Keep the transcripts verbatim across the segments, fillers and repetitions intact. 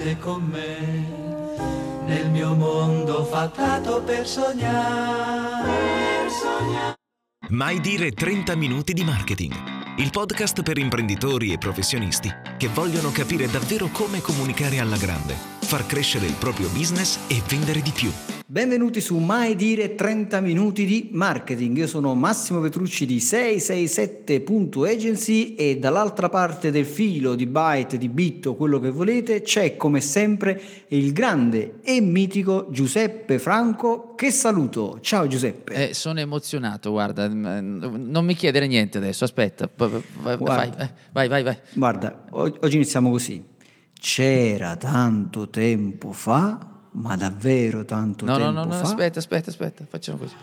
diamante con me, nel mio mondo fatato per sognare, per sognare. Mai dire trenta minuti di marketing, il podcast per imprenditori e professionisti che vogliono capire davvero come comunicare alla grande, far crescere il proprio business e vendere di più. Benvenuti su Mai dire trenta minuti di marketing. Io sono Massimo Petrucci di sei sei sette punto agency e dall'altra parte del filo di Byte, di Bit o quello che volete c'è come sempre il grande e mitico Giuseppe Franco, che saluto. Ciao Giuseppe. Eh, sono emozionato, guarda, non mi chiedere niente adesso, aspetta, vai, Guarda, vai, vai, vai. Guarda, oggi iniziamo così. C'era tanto tempo fa, ma davvero tanto no, tempo no, no, no, fa. aspetta, aspetta, aspetta, facciamo così.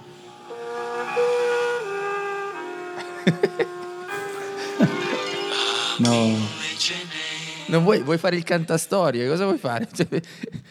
No. Non vuoi, vuoi fare il cantastorie? Cosa vuoi fare? Cioè...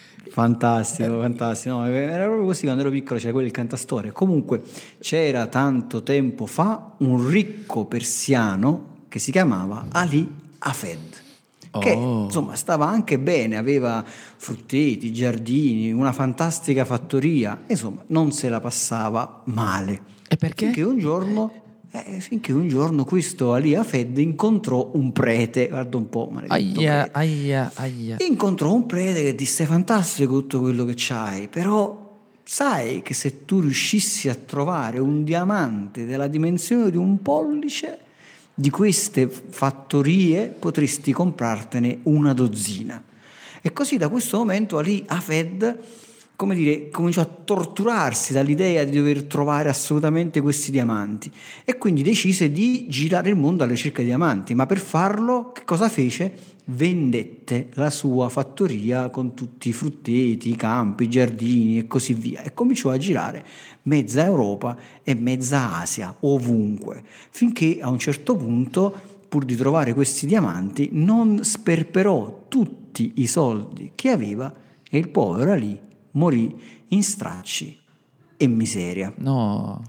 Fantastico, fantastico. No, era proprio così quando ero piccolo, c'era quello il cantastorie. Comunque, c'era tanto tempo fa un ricco persiano che si chiamava Ali Hafed. Che Oh. insomma stava anche bene, aveva frutteti, giardini, una fantastica fattoria, insomma non se la passava male. E perché? Finché un giorno, eh, finché un giorno questo Ali Hafed incontrò un prete, guarda un po', maledetto Aia, prete. aia, aia. Incontrò un prete che disse: fantastico tutto quello che c'hai, però sai che se tu riuscissi a trovare un diamante della dimensione di un pollice, di queste fattorie potresti comprartene una dozzina. E così da questo momento Ali Hafed, come dire, cominciò a torturarsi dall'idea di dover trovare assolutamente questi diamanti e quindi decise di girare il mondo alla ricerca di diamanti. Ma per farlo che cosa fece? Vendette la sua fattoria con tutti i frutteti, i campi, i giardini e così via e cominciò a girare mezza Europa e mezza Asia, ovunque, finché a un certo punto, pur di trovare questi diamanti, non sperperò tutti i soldi che aveva e il povero Ali morì in stracci e miseria. No.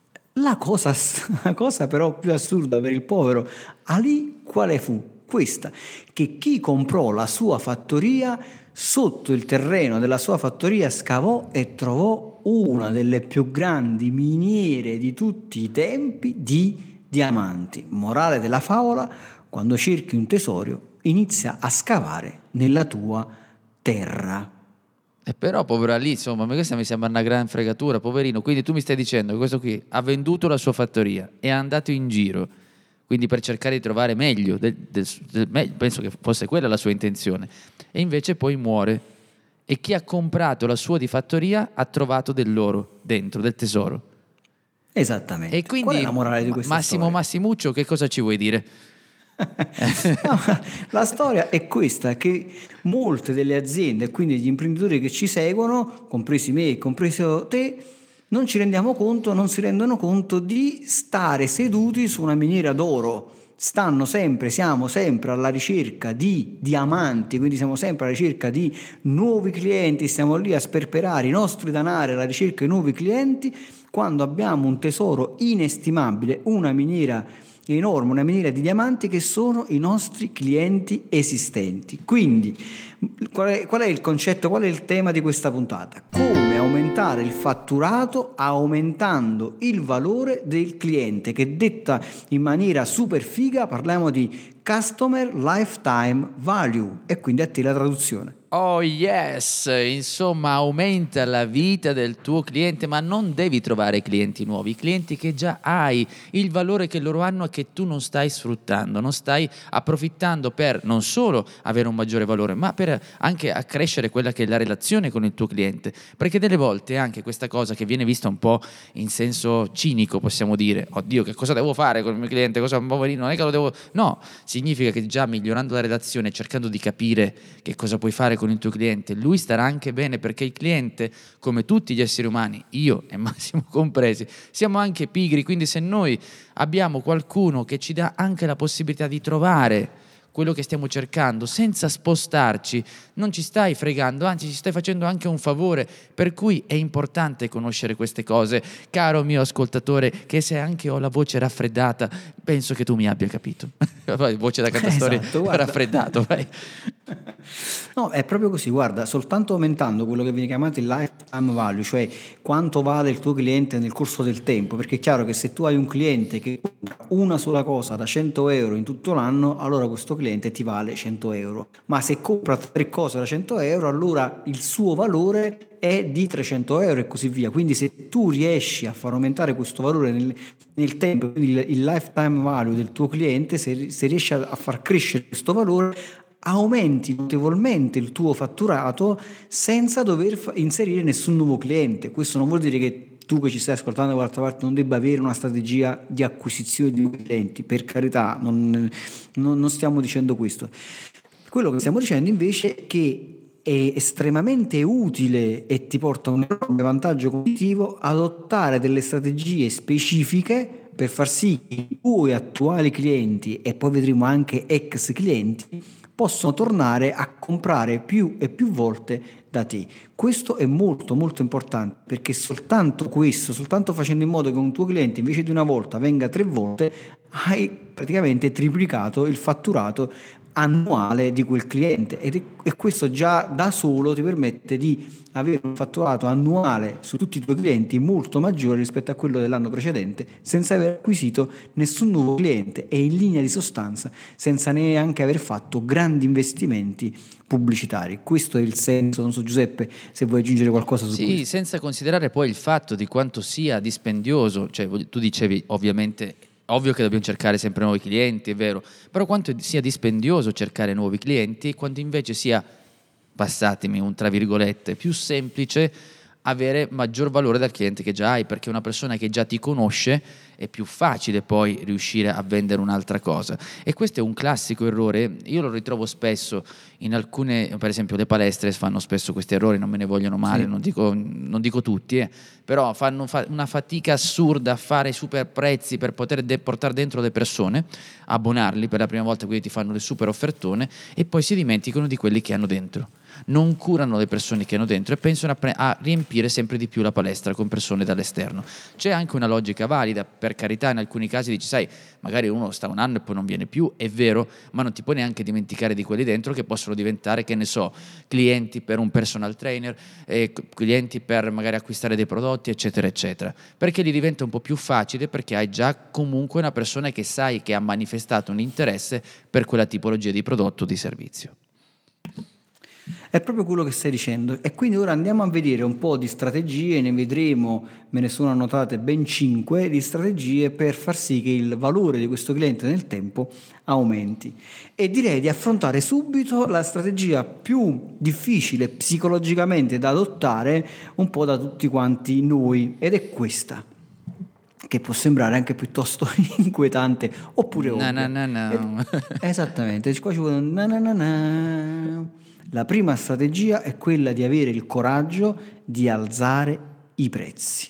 La cosa, la cosa però più assurda per il povero Ali quale fu? Questa, che chi comprò la sua fattoria, sotto il terreno della sua fattoria scavò e trovò una delle più grandi miniere di tutti i tempi di diamanti. Morale della favola: quando cerchi un tesoro inizia a scavare nella tua terra. E però povera lì, insomma, ma questa mi sembra una gran fregatura, poverino. Quindi tu mi stai dicendo che questo qui ha venduto la sua fattoria, è andato in giro, quindi per cercare di trovare meglio, del, del, del, meglio, penso che fosse quella la sua intenzione, e invece poi muore. E chi ha comprato la sua di fattoria ha trovato dell'oro dentro, del tesoro. Esattamente. E quindi, qual è la morale di questa Massimo storia? Massimuccio, che cosa ci vuoi dire? No, la storia è questa, che molte delle aziende e quindi gli imprenditori che ci seguono, compresi me e compreso te, non ci rendiamo conto, non si rendono conto di stare seduti su una miniera d'oro. Stanno sempre, siamo sempre alla ricerca di diamanti, quindi siamo sempre alla ricerca di nuovi clienti, stiamo lì a sperperare i nostri danari alla ricerca di nuovi clienti, quando abbiamo un tesoro inestimabile, una miniera enorme, una miniera di diamanti che sono i nostri clienti esistenti. Quindi qual è, qual è il concetto, qual è il tema di questa puntata? Come aumentare il fatturato aumentando il valore del cliente, che detta in maniera super figa parliamo di Customer Lifetime Value, e quindi a te la traduzione. Oh yes, insomma aumenta la vita del tuo cliente, ma non devi trovare clienti nuovi, clienti che già hai, il valore che loro hanno e che tu non stai sfruttando, non stai approfittando per non solo avere un maggiore valore, ma per anche accrescere quella che è la relazione con il tuo cliente, perché delle volte anche questa cosa che viene vista un po' in senso cinico, possiamo dire, oddio che cosa devo fare con il mio cliente, cosa poverino, non è che lo devo, no, significa che già migliorando la relazione, cercando di capire che cosa puoi fare con il tuo cliente, lui starà anche bene, perché il cliente, come tutti gli esseri umani, io e Massimo compresi, siamo anche pigri, quindi se noi abbiamo qualcuno che ci dà anche la possibilità di trovare quello che stiamo cercando senza spostarci, non ci stai fregando, anzi ci stai facendo anche un favore, per cui è importante conoscere queste cose, caro mio ascoltatore, che se anche ho la voce raffreddata, penso che tu mi abbia capito. Voce da cantastorie, esatto, guarda. raffreddato, vai. No, è proprio così, guarda, soltanto aumentando quello che viene chiamato il lifetime value, cioè quanto vale il tuo cliente nel corso del tempo, perché è chiaro che se tu hai un cliente che compra una sola cosa da cento euro in tutto l'anno, allora questo cliente ti vale cento euro, ma se compra tre cose da cento euro, allora il suo valore è di trecento euro e così via. Quindi se tu riesci a far aumentare questo valore nel, nel tempo, quindi il, il lifetime value del tuo cliente, se, se riesci a, a far crescere questo valore, aumenti notevolmente il tuo fatturato senza dover fa- inserire nessun nuovo cliente. Questo non vuol dire che tu che ci stai ascoltando dall'altra parte non debba avere una strategia di acquisizione di nuovi clienti, per carità, non, non, non stiamo dicendo questo. Quello che stiamo dicendo invece è che è estremamente utile e ti porta un enorme vantaggio competitivo adottare delle strategie specifiche per far sì che i tuoi attuali clienti, e poi vedremo anche ex clienti, possono tornare a comprare più e più volte da te. Questo è molto molto importante, perché soltanto questo, soltanto facendo in modo che un tuo cliente invece di una volta venga tre volte, hai praticamente triplicato il fatturato annuale di quel cliente, ed è, e questo già da solo ti permette di avere un fatturato annuale su tutti i tuoi clienti molto maggiore rispetto a quello dell'anno precedente, senza aver acquisito nessun nuovo cliente e in linea di sostanza senza neanche aver fatto grandi investimenti pubblicitari. Questo è il senso. Non so, Giuseppe, se vuoi aggiungere qualcosa su Sì, questo. senza considerare poi il fatto di quanto sia dispendioso, cioè voglio- tu dicevi ovviamente, ovvio che dobbiamo cercare sempre nuovi clienti, è vero, però quanto sia dispendioso cercare nuovi clienti, quanto invece sia, passatemi un tra virgolette, più semplice avere maggior valore dal cliente che già hai, perché una persona che già ti conosce è più facile poi riuscire a vendere un'altra cosa. E questo è un classico errore, io lo ritrovo spesso in alcune, per esempio le palestre fanno spesso questi errori, non me ne vogliono male, Sì. non dico, non dico tutti, eh, però fanno fa- una fatica assurda a fare super prezzi per poter de- portare dentro le persone, abbonarli per la prima volta, quindi ti fanno le super offertone e poi si dimenticano di quelli che hanno dentro. Non curano le persone che hanno dentro e pensano a, pre- a riempire sempre di più la palestra con persone dall'esterno. C'è anche una logica valida, per carità, in alcuni casi dici, sai, magari uno sta un anno e poi non viene più, è vero, ma non ti puoi neanche dimenticare di quelli dentro che possono diventare, che ne so, clienti per un personal trainer, eh, clienti per magari acquistare dei prodotti, eccetera, eccetera. Perché gli diventa un po' più facile, perché hai già comunque una persona che sai che ha manifestato un interesse per quella tipologia di prodotto o di servizio. È proprio quello che stai dicendo, e quindi ora andiamo a vedere un po' di strategie, ne vedremo, me ne sono annotate ben cinque di strategie per far sì che il valore di questo cliente nel tempo aumenti. E direi di affrontare subito la strategia più difficile psicologicamente da adottare un po' da tutti quanti noi, ed è questa, che può sembrare anche piuttosto inquietante oppure Na, ovvia. na, na, na. Ed- esattamente, qua ci vuole un na na na na. La prima strategia è quella di avere il coraggio di alzare i prezzi.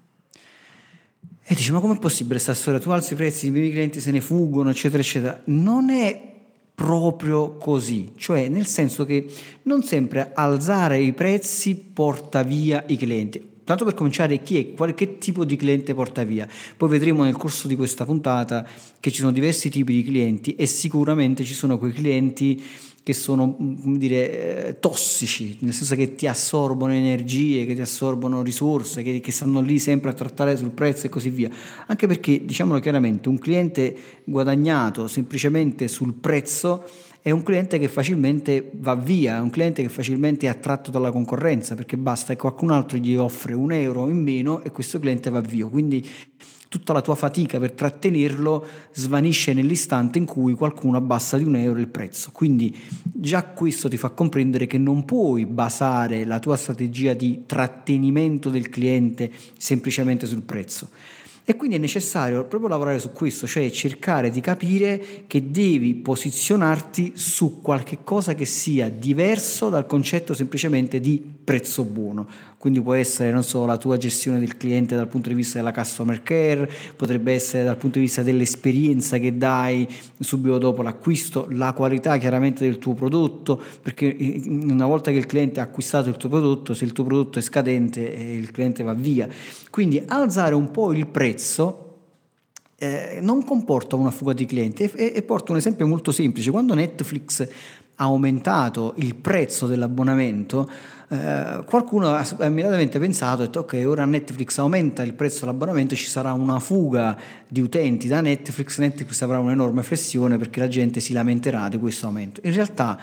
E dici, ma com'è possibile questa storia? Tu alzi i prezzi, i miei clienti se ne fuggono, eccetera, eccetera. Non è proprio così, cioè nel senso che non sempre alzare i prezzi porta via i clienti. Tanto per cominciare, chi è, qual, che tipo di cliente porta via? Poi vedremo nel corso di questa puntata che ci sono diversi tipi di clienti e sicuramente ci sono quei clienti che sono, come dire, eh, tossici, nel senso che ti assorbono energie, che ti assorbono risorse, che, che stanno lì sempre a trattare sul prezzo e così via. Anche perché, diciamolo chiaramente, un cliente guadagnato semplicemente sul prezzo è un cliente che facilmente va via, è un cliente che facilmente è attratto dalla concorrenza, perché basta che qualcun altro gli offre un euro in meno e questo cliente va via. Quindi tutta la tua fatica per trattenerlo svanisce nell'istante in cui qualcuno abbassa di un euro il prezzo. Quindi già questo ti fa comprendere che non puoi basare la tua strategia di trattenimento del cliente semplicemente sul prezzo. E quindi è necessario proprio lavorare su questo, cioè cercare di capire che devi posizionarti su qualche cosa che sia diverso dal concetto semplicemente di prezzo buono. Quindi può essere, non so, la tua gestione del cliente dal punto di vista della customer care, potrebbe essere dal punto di vista dell'esperienza che dai subito dopo l'acquisto, la qualità chiaramente del tuo prodotto, perché una volta che il cliente ha acquistato il tuo prodotto, se il tuo prodotto è scadente, il cliente va via. Quindi alzare un po' il prezzo eh, non comporta una fuga di clienti e, e porto un esempio molto semplice. Quando Netflix aumentato il prezzo dell'abbonamento, eh, qualcuno ha, ha immediatamente pensato, ha detto ok, ora Netflix aumenta il prezzo dell'abbonamento, ci sarà una fuga di utenti da Netflix, Netflix avrà un'enorme flessione perché la gente si lamenterà di questo aumento. In realtà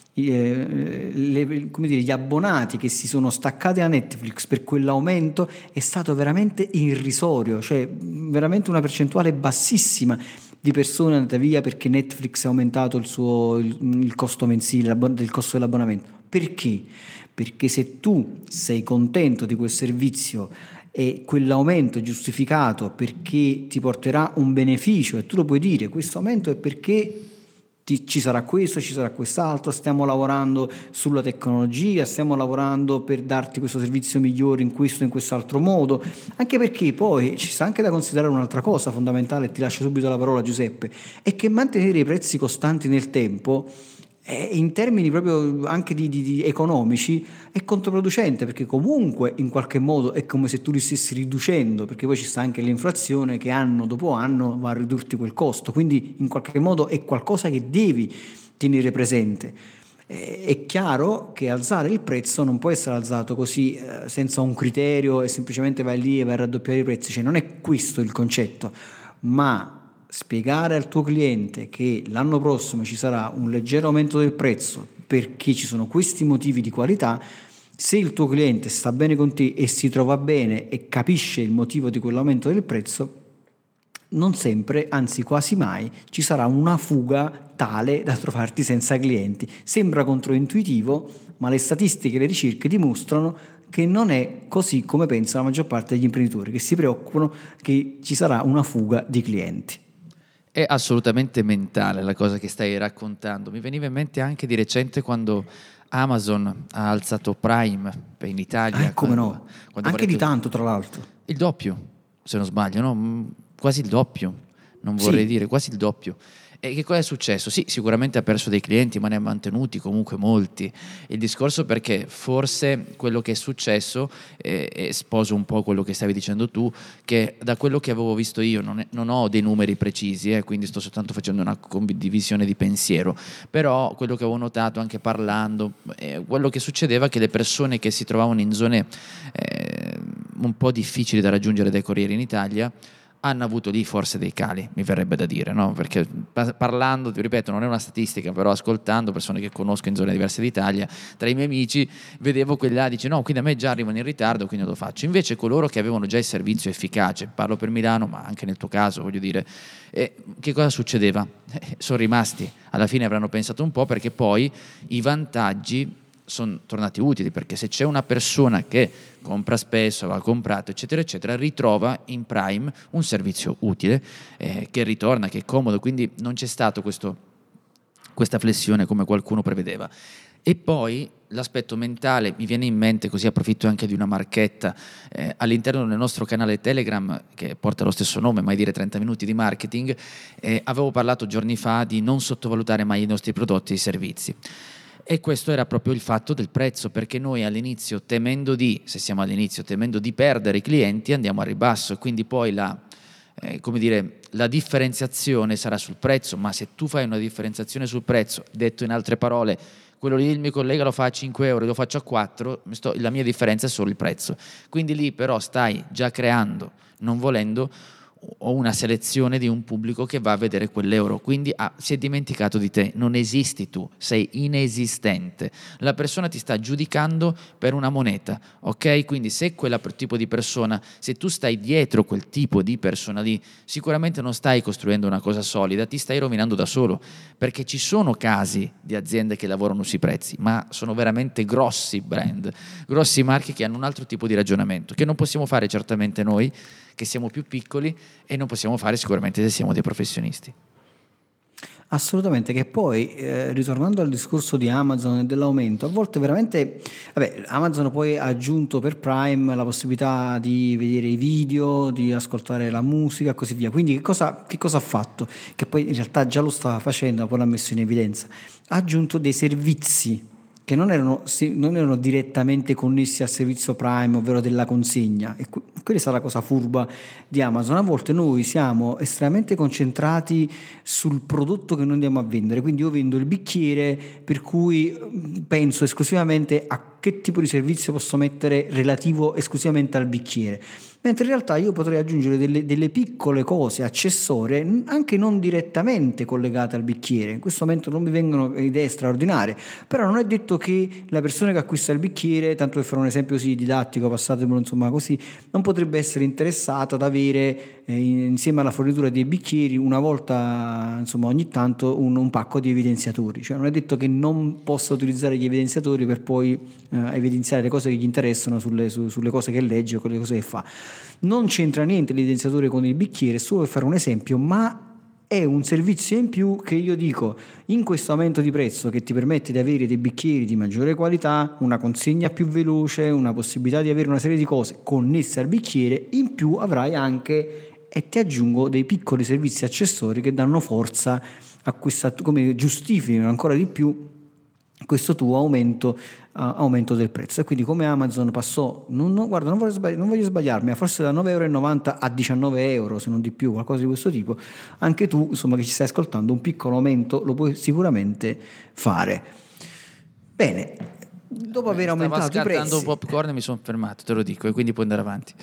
eh, le, come dire, gli abbonati che si sono staccati da Netflix per quell'aumento è stato veramente irrisorio, cioè veramente una percentuale bassissima di persone andate via perché Netflix ha aumentato il suo il, il costo mensile, il costo dell'abbonamento. Perché? Perché se tu sei contento di quel servizio e quell'aumento è giustificato perché ti porterà un beneficio e tu lo puoi dire, questo aumento è perché ti, ci sarà questo, ci sarà quest'altro, stiamo lavorando sulla tecnologia, stiamo lavorando per darti questo servizio migliore in questo e in quest'altro modo, anche perché poi ci sta anche da considerare un'altra cosa fondamentale, ti lascio subito la parola Giuseppe, è che mantenere i prezzi costanti nel tempo eh, in termini proprio anche di, di, di economici è controproducente, perché comunque in qualche modo è come se tu li stessi riducendo, perché poi ci sta anche l'inflazione che anno dopo anno va a ridurti quel costo, quindi in qualche modo è qualcosa che devi tenere presente. Eh, è chiaro che alzare il prezzo non può essere alzato così eh, senza un criterio e semplicemente vai lì e vai a raddoppiare i prezzi, cioè non è questo il concetto, ma spiegare al tuo cliente che l'anno prossimo ci sarà un leggero aumento del prezzo perché ci sono questi motivi di qualità. Se il tuo cliente sta bene con te e si trova bene e capisce il motivo di quell'aumento del prezzo, non sempre, anzi quasi mai, ci sarà una fuga tale da trovarti senza clienti. Sembra controintuitivo, ma le statistiche e le ricerche dimostrano che non è così come pensa la maggior parte degli imprenditori, che si preoccupano che ci sarà una fuga di clienti. È assolutamente mentale la cosa che stai raccontando. Mi veniva in mente anche di recente quando Amazon ha alzato Prime in Italia. Eh, come quando, no? quando Anche di detto, tanto, tra l'altro. Il doppio, se non sbaglio, no? Quasi il doppio, non vorrei Sì. dire, quasi il doppio. E che cosa è successo? Sì, sicuramente ha perso dei clienti, ma ne ha mantenuti comunque molti. Il discorso perché forse quello che è successo, eh, e sposo un po' quello che stavi dicendo tu, che da quello che avevo visto io, non, è, non ho dei numeri precisi, eh, quindi sto soltanto facendo una condivisione di pensiero, però quello che avevo notato anche parlando, eh, quello che succedeva è che le persone che si trovavano in zone eh, un po' difficili da raggiungere dai corrieri in Italia, hanno avuto lì forse dei cali, mi verrebbe da dire, no? Perché parlando, ti ripeto, non è una statistica, però ascoltando persone che conosco in zone diverse d'Italia, tra i miei amici, vedevo quelli là, dice no, quindi a me già arrivano in ritardo, quindi lo faccio. Invece coloro che avevano già il servizio efficace, parlo per Milano, ma anche nel tuo caso, voglio dire, eh, che cosa succedeva? Eh, sono rimasti, alla fine avranno pensato un po', perché poi i vantaggi sono tornati utili, perché se c'è una persona che compra spesso, aveva comprato eccetera eccetera, ritrova in Prime un servizio utile, eh, che ritorna, che è comodo, quindi non c'è stato questo, questa flessione come qualcuno prevedeva. E poi l'aspetto mentale, mi viene in mente, così approfitto anche di una marchetta, eh, all'interno del nostro canale Telegram che porta lo stesso nome, mai dire trenta minuti di marketing, eh, avevo parlato giorni fa di non sottovalutare mai i nostri prodotti e i servizi. E questo era proprio il fatto del prezzo, perché noi all'inizio, temendo di, se siamo all'inizio, temendo di perdere i clienti, andiamo a ribasso, quindi poi la, eh, come dire, la differenziazione sarà sul prezzo, ma se tu fai una differenziazione sul prezzo, detto in altre parole, quello lì il mio collega lo fa a cinque euro, lo faccio a quattro, sto, la mia differenza è solo il prezzo. Quindi lì però stai già creando, non volendo, o una selezione di un pubblico che va a vedere quell'euro, quindi ah, si è dimenticato di te, non esisti tu, sei inesistente, la persona ti sta giudicando per una moneta, ok? Quindi se quel tipo di persona, se tu stai dietro quel tipo di persona lì, sicuramente non stai costruendo una cosa solida, ti stai rovinando da solo, perché ci sono casi di aziende che lavorano sui prezzi, ma sono veramente grossi brand, grossi marchi che hanno un altro tipo di ragionamento, che non possiamo fare certamente noi, che siamo più piccoli, e non possiamo fare sicuramente se siamo dei professionisti. Assolutamente, che poi eh, ritornando al discorso di Amazon e dell'aumento, a volte veramente, vabbè, Amazon poi ha aggiunto per Prime la possibilità di vedere i video, di ascoltare la musica e così via, quindi che cosa, che cosa ha fatto? Che poi in realtà già lo stava facendo, poi l'ha messo in evidenza, ha aggiunto dei servizi che non erano, non erano direttamente connessi al servizio Prime, ovvero della consegna. E quella è stata la cosa furba di Amazon. A volte noi siamo estremamente concentrati sul prodotto che noi andiamo a vendere, quindi io vendo il bicchiere, per cui penso esclusivamente a che tipo di servizio posso mettere relativo esclusivamente al bicchiere, mentre in realtà io potrei aggiungere delle, delle piccole cose accessorie anche non direttamente collegate al bicchiere. In questo momento non mi vengono idee straordinarie, però non è detto che la persona che acquista il bicchiere, tanto per fare un esempio così didattico, passatemelo insomma così, non potrebbe essere interessata ad avere eh, insieme alla fornitura dei bicchieri una volta insomma ogni tanto un, un pacco di evidenziatori. Cioè non è detto che non possa utilizzare gli evidenziatori per poi eh, evidenziare le cose che gli interessano sulle, su, sulle cose che legge o con le cose che fa. Non c'entra niente l'evidenziatore con il bicchiere, solo per fare un esempio, ma è un servizio in più che io dico, in questo aumento di prezzo che ti permette di avere dei bicchieri di maggiore qualità, una consegna più veloce, una possibilità di avere una serie di cose connesse al bicchiere, in più avrai anche, e ti aggiungo, dei piccoli servizi accessori che danno forza a questa, come giustificano ancora di più questo tuo aumento, uh, aumento del prezzo. E quindi come Amazon passò, non, non, guarda, non voglio, sbagli- non voglio sbagliarmi, ma forse da nove virgola novanta euro a diciannove euro, se non di più, qualcosa di questo tipo, anche tu, insomma, che ci stai ascoltando, un piccolo aumento lo puoi sicuramente fare. Bene, dopo aver aumentato i prezzi... Stavo scattando un popcorn e mi sono fermato, te lo dico, e quindi puoi andare avanti.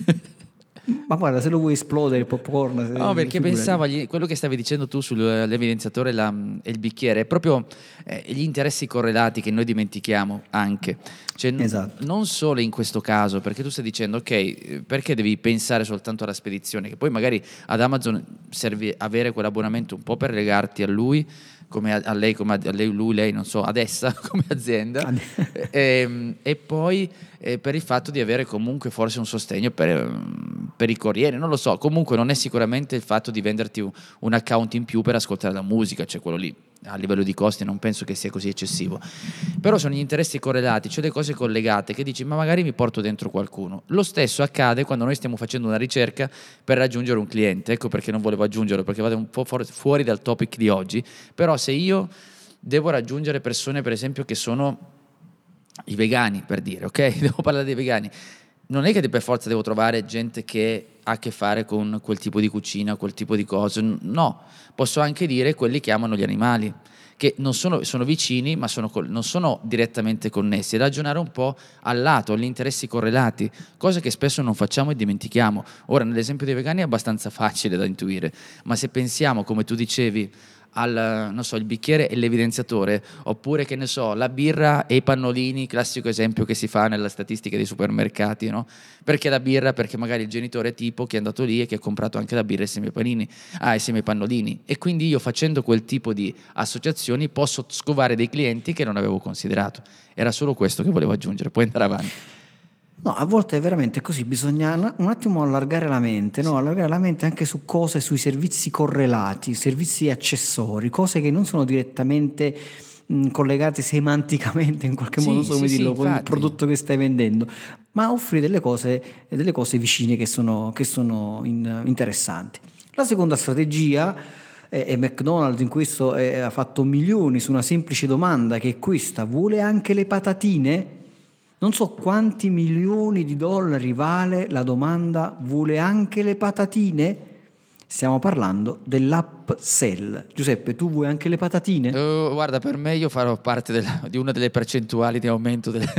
Ma guarda, se lo vuoi esplodere il popcorn... No, perché figurati. pensavo, agli, quello che stavi dicendo tu sull'evidenziatore e, la, e il bicchiere, è proprio eh, gli interessi correlati che noi dimentichiamo anche. Cioè, Esatto. n- non solo in questo caso, perché tu stai dicendo, ok, perché devi pensare soltanto alla spedizione, che poi magari ad Amazon serve avere quell'abbonamento un po' per legarti a lui, come a, a lei, come a, a lei, lui, lei, non so, ad essa come azienda, e, e poi eh, per il fatto di avere comunque forse un sostegno per, per i corrieri, non lo so, comunque non è sicuramente il fatto di venderti un, un account in più per ascoltare la musica, cioè quello lì a livello di costi non penso che sia così eccessivo, però sono gli interessi correlati, cioè le cose collegate che dici ma magari mi porto dentro qualcuno. Lo stesso accade quando noi stiamo facendo una ricerca per raggiungere un cliente, ecco perché non volevo aggiungerlo, perché vado un po' fuori dal topic di oggi, però se io devo raggiungere persone per esempio che sono i vegani, per dire, ok? Devo parlare dei vegani, non è che per forza devo trovare gente che ha a che fare con quel tipo di cucina, quel tipo di cose, no, posso anche dire quelli che amano gli animali, che non sono, sono vicini ma sono, non sono direttamente connessi, ragionare un po' al lato, agli interessi correlati, cose che spesso non facciamo e dimentichiamo. Ora nell'esempio dei vegani è abbastanza facile da intuire, ma se pensiamo, come tu dicevi, al, non so, il bicchiere e l'evidenziatore, oppure che ne so, la birra e i pannolini, classico esempio che si fa nella statistica dei supermercati, no? Perché la birra? Perché magari il genitore è tipo che è andato lì e che ha comprato anche la birra insieme ai panini, ah, insieme ai pannolini, e quindi io facendo quel tipo di associazioni posso scovare dei clienti che non avevo considerato. Era solo questo che volevo aggiungere, puoi andare avanti. No, a volte è veramente così, bisogna un attimo allargare la mente, no? Allargare la mente anche su cose, sui servizi correlati, servizi accessori, cose che non sono direttamente mh, collegate semanticamente in qualche Sì, modo, non so come sì, dirlo, sì, con il infatti. prodotto che stai vendendo, ma offri delle cose, delle cose vicine che sono, che sono in- interessanti. La seconda strategia, e e McDonald's in questo eh, ha fatto milioni su una semplice domanda che è questa: vuole anche le patatine? Non so quanti milioni di dollari vale la domanda vuole anche le patatine? Stiamo parlando dell'upsell. Giuseppe, tu vuoi anche le patatine? Uh, guarda, per me io farò parte della- di una delle percentuali di aumento del-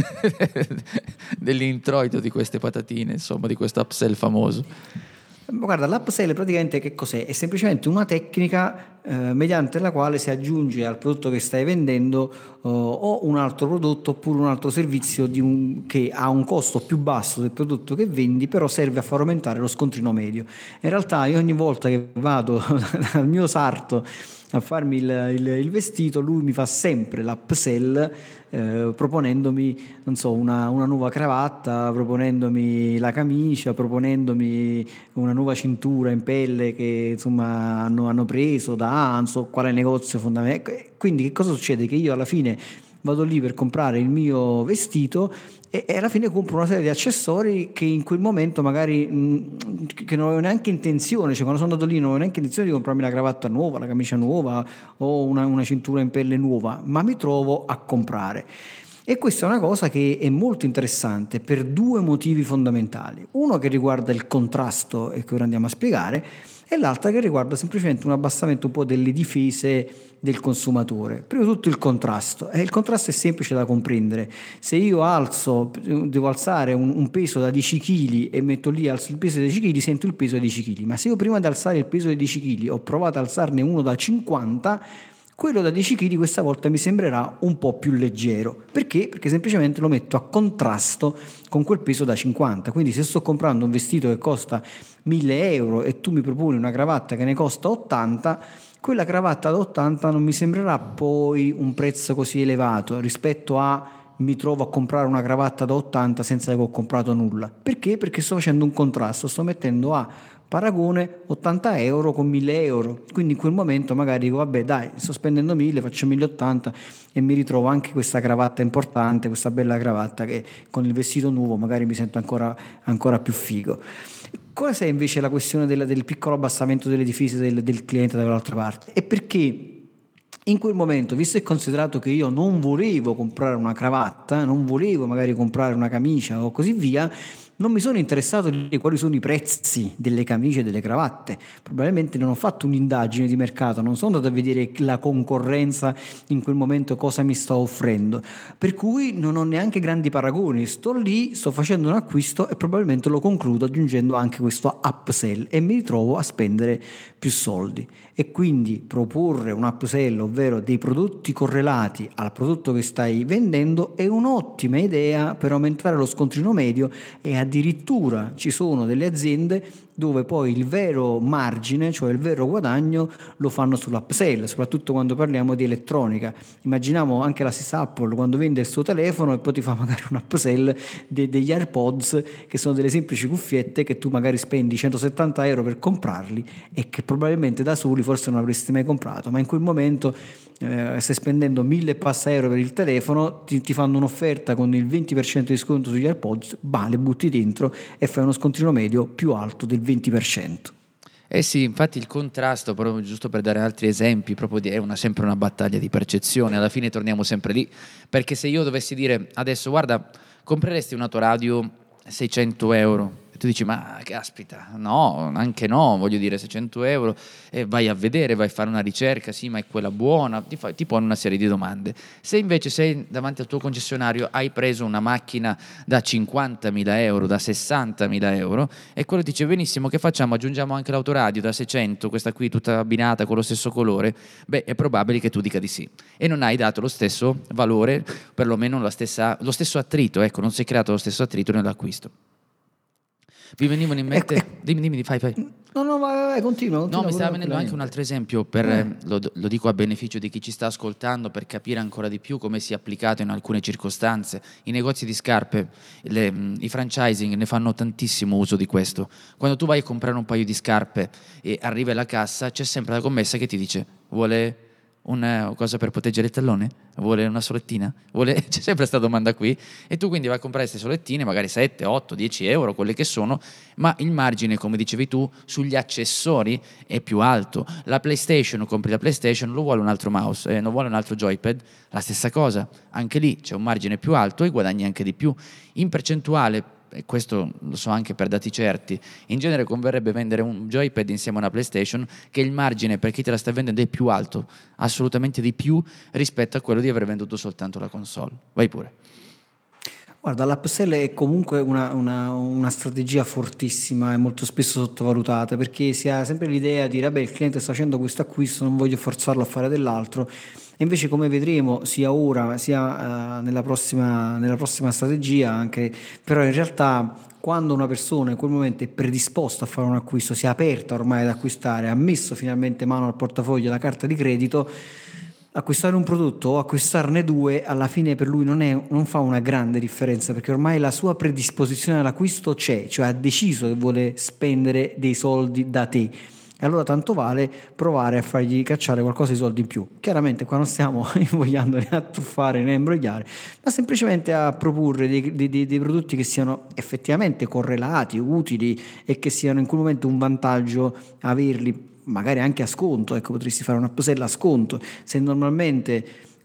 dell'introito di queste patatine, insomma, di questo upsell famoso. Guarda, l'upsell praticamente che cos'è? È semplicemente una tecnica eh, mediante la quale si aggiunge al prodotto che stai vendendo eh, o un altro prodotto oppure un altro servizio di un, che ha un costo più basso del prodotto che vendi, però serve a far aumentare lo scontrino medio. In realtà io ogni volta che vado dal mio sarto a farmi il, il- il vestito, lui mi fa sempre l'upsell eh, proponendomi, non so, una, una nuova cravatta, proponendomi la camicia, proponendomi una nuova cintura in pelle che insomma hanno, hanno preso da non so quale negozio fondamentale. Quindi che cosa succede? Che io alla fine vado lì per comprare il mio vestito e, e alla fine compro una serie di accessori che in quel momento magari mh, che non avevo neanche intenzione, cioè quando sono andato lì non avevo neanche intenzione di comprarmi la cravatta nuova, la camicia nuova o una, una cintura in pelle nuova, ma mi trovo a comprare. E questa è una cosa che è molto interessante per due motivi fondamentali. Uno che riguarda il contrasto e che ora andiamo a spiegare, e l'altra che riguarda semplicemente un abbassamento un po' delle difese del consumatore. Prima di tutto il contrasto. E il contrasto è semplice da comprendere. Se io alzo, devo alzare un, un peso da dieci chili e metto lì, alzo il peso da dieci chili, sento il peso da dieci chili. Ma se io prima di alzare il peso da dieci chili ho provato ad alzarne uno da cinquanta, quello da dieci chili questa volta mi sembrerà un po' più leggero. Perché? Perché semplicemente lo metto a contrasto con quel peso da cinquanta. Quindi se sto comprando un vestito che costa mille euro e tu mi proponi una cravatta che ne costa ottanta, quella cravatta da ottanta non mi sembrerà poi un prezzo così elevato rispetto a mi trovo a comprare una cravatta da ottanta senza che ho comprato nulla. Perché? Perché sto facendo un contrasto, sto mettendo a paragone ottanta euro con mille euro, quindi in quel momento magari dico vabbè dai, sto spendendo mille, faccio mille e ottanta e mi ritrovo anche questa cravatta importante, questa bella cravatta che con il vestito nuovo magari mi sento ancora, ancora più figo. Cosa è invece la questione del, del piccolo abbassamento delle difese del, del cliente dall'altra parte? È perché in quel momento, visto e considerato che io non volevo comprare una cravatta, non volevo magari comprare una camicia o così via, non mi sono interessato di quali sono i prezzi delle camicie e delle cravatte. Probabilmente non ho fatto un'indagine di mercato, non sono andato a vedere la concorrenza in quel momento cosa mi sta offrendo. Per cui non ho neanche grandi paragoni. Sto lì, sto facendo un acquisto e probabilmente lo concludo aggiungendo anche questo upsell e mi ritrovo a spendere più soldi. E quindi proporre un upsell, ovvero dei prodotti correlati al prodotto che stai vendendo, è un'ottima idea per aumentare lo scontrino medio, e addirittura ci sono delle aziende dove poi il vero margine, cioè il vero guadagno, lo fanno sull'upsell, soprattutto quando parliamo di elettronica. Immaginiamo anche la stessa Apple quando vende il suo telefono e poi ti fa magari un upsell de- degli AirPods, che sono delle semplici cuffiette che tu magari spendi centosettanta euro per comprarli e che probabilmente da soli forse non avresti mai comprato, ma in quel momento eh, stai spendendo mille e passa euro per il telefono, ti, ti fanno un'offerta con il venti per cento di sconto sugli AirPods, bah, le butti dentro e fai uno scontrino medio più alto del venti per cento. Eh sì, infatti il contrasto, proprio giusto per dare altri esempi, proprio di, è una, sempre una battaglia di percezione, alla fine torniamo sempre lì, perché se io dovessi dire adesso guarda, compreresti un'autoradio seicento euro, e tu dici ma caspita, no, anche no, voglio dire seicento euro, e vai a vedere, vai a fare una ricerca, sì ma è quella buona, ti, fa, ti pone una serie di domande. Se invece sei davanti al tuo concessionario, hai preso una macchina da cinquantamila euro, da sessantamila euro, e quello dice benissimo, che facciamo? Aggiungiamo anche l'autoradio da seicento, questa qui tutta abbinata con lo stesso colore, beh è probabile che tu dica di sì, e non hai dato lo stesso valore, perlomeno la stessa, lo stesso attrito, ecco, non si è creato lo stesso attrito nell'acquisto. Mi venivano in mente, Ecco, dimmi, dimmi, fai, fai. No, no, vai, vai, continua, continua. No, mi stava venendo anche un altro esempio, per, eh, lo, lo dico a beneficio di chi ci sta ascoltando, per capire ancora di più come sia applicato in alcune circostanze. I negozi di scarpe, le, i franchising ne fanno tantissimo uso di questo. Quando tu vai a comprare un paio di scarpe e arrivi alla cassa, c'è sempre la commessa che ti dice vuole una cosa per proteggere il tallone? Vuole una solettina? Vuole... C'è sempre questa domanda qui, e tu quindi vai a comprare queste solettine, magari sette, otto, dieci euro, quelle che sono, ma il margine, come dicevi tu, sugli accessori è più alto. La PlayStation, compri la PlayStation, lo vuole un altro mouse, eh, non vuole un altro joypad, la stessa cosa, anche lì c'è un margine più alto e guadagni anche di più. In percentuale, e questo lo so anche per dati certi, in genere converrebbe vendere un joypad insieme a una PlayStation, che il margine per chi te la sta vendendo è più alto, assolutamente di più rispetto a quello di aver venduto soltanto la console. Vai pure. Guarda, l'upsell è comunque una, una, una strategia fortissima e molto spesso sottovalutata, perché si ha sempre l'idea di dire vabbè, il cliente sta facendo questo acquisto, non voglio forzarlo a fare dell'altro. E invece, come vedremo sia ora sia uh, nella, prossima, nella prossima strategia, anche, però in realtà quando una persona in quel momento è predisposta a fare un acquisto, si è aperta ormai ad acquistare, ha messo finalmente mano al portafoglio la carta di credito, acquistare un prodotto o acquistarne due alla fine per lui non, è, non fa una grande differenza, perché ormai la sua predisposizione all'acquisto c'è, cioè ha deciso che vuole spendere dei soldi da te. E allora tanto vale provare a fargli cacciare qualcosa di soldi in più. Chiaramente qua non stiamo invogliando né a tuffare né a imbrogliare, ma semplicemente a proporre dei, dei, dei prodotti che siano effettivamente correlati, utili, e che siano in quel momento un vantaggio averli magari anche a sconto. Ecco, potresti fare una posella a sconto. Se normalmente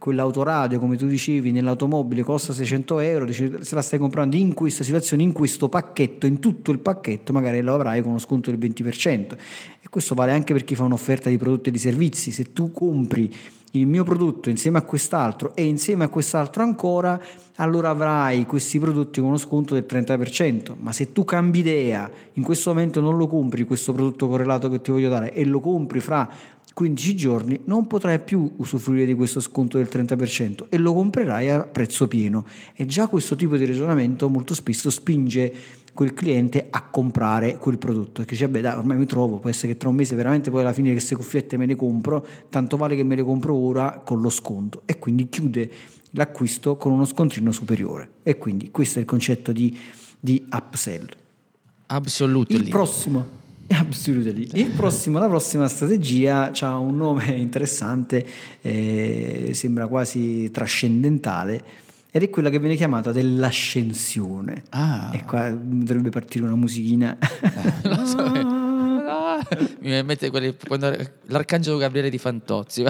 quell'autoradio, come tu dicevi, nell'automobile costa seicento euro, dici, se la stai comprando in questa situazione, in questo pacchetto, in tutto il pacchetto, magari lo avrai con uno sconto del venti per cento. E questo vale anche per chi fa un'offerta di prodotti e di servizi. Se tu compri il mio prodotto insieme a quest'altro e insieme a quest'altro ancora, allora avrai questi prodotti con uno sconto del trenta per cento. Ma se tu cambi idea, in questo momento non lo compri questo prodotto correlato che ti voglio dare e lo compri fra quindici giorni, non potrai più usufruire di questo sconto del trenta per cento e lo comprerai a prezzo pieno. E già questo tipo di ragionamento molto spesso spinge quel cliente a comprare quel prodotto, perché dice, beh dai, ormai mi trovo, può essere che tra un mese veramente poi alla fine queste cuffiette me le compro, tanto vale che me le compro ora con lo sconto, e quindi chiude l'acquisto con uno scontrino superiore. E quindi questo è il concetto di, di upsell. Assolutamente. Il prossimo, Absolutely. Il prossimo, la prossima strategia ha un nome interessante, eh, sembra quasi trascendentale, ed è quella che viene chiamata dell'ascensione. Ah. E qua dovrebbe partire una musichina. Eh, lo so. Ah, mi mette quelli, quando, l'arcangelo Gabriele di Fantozzi.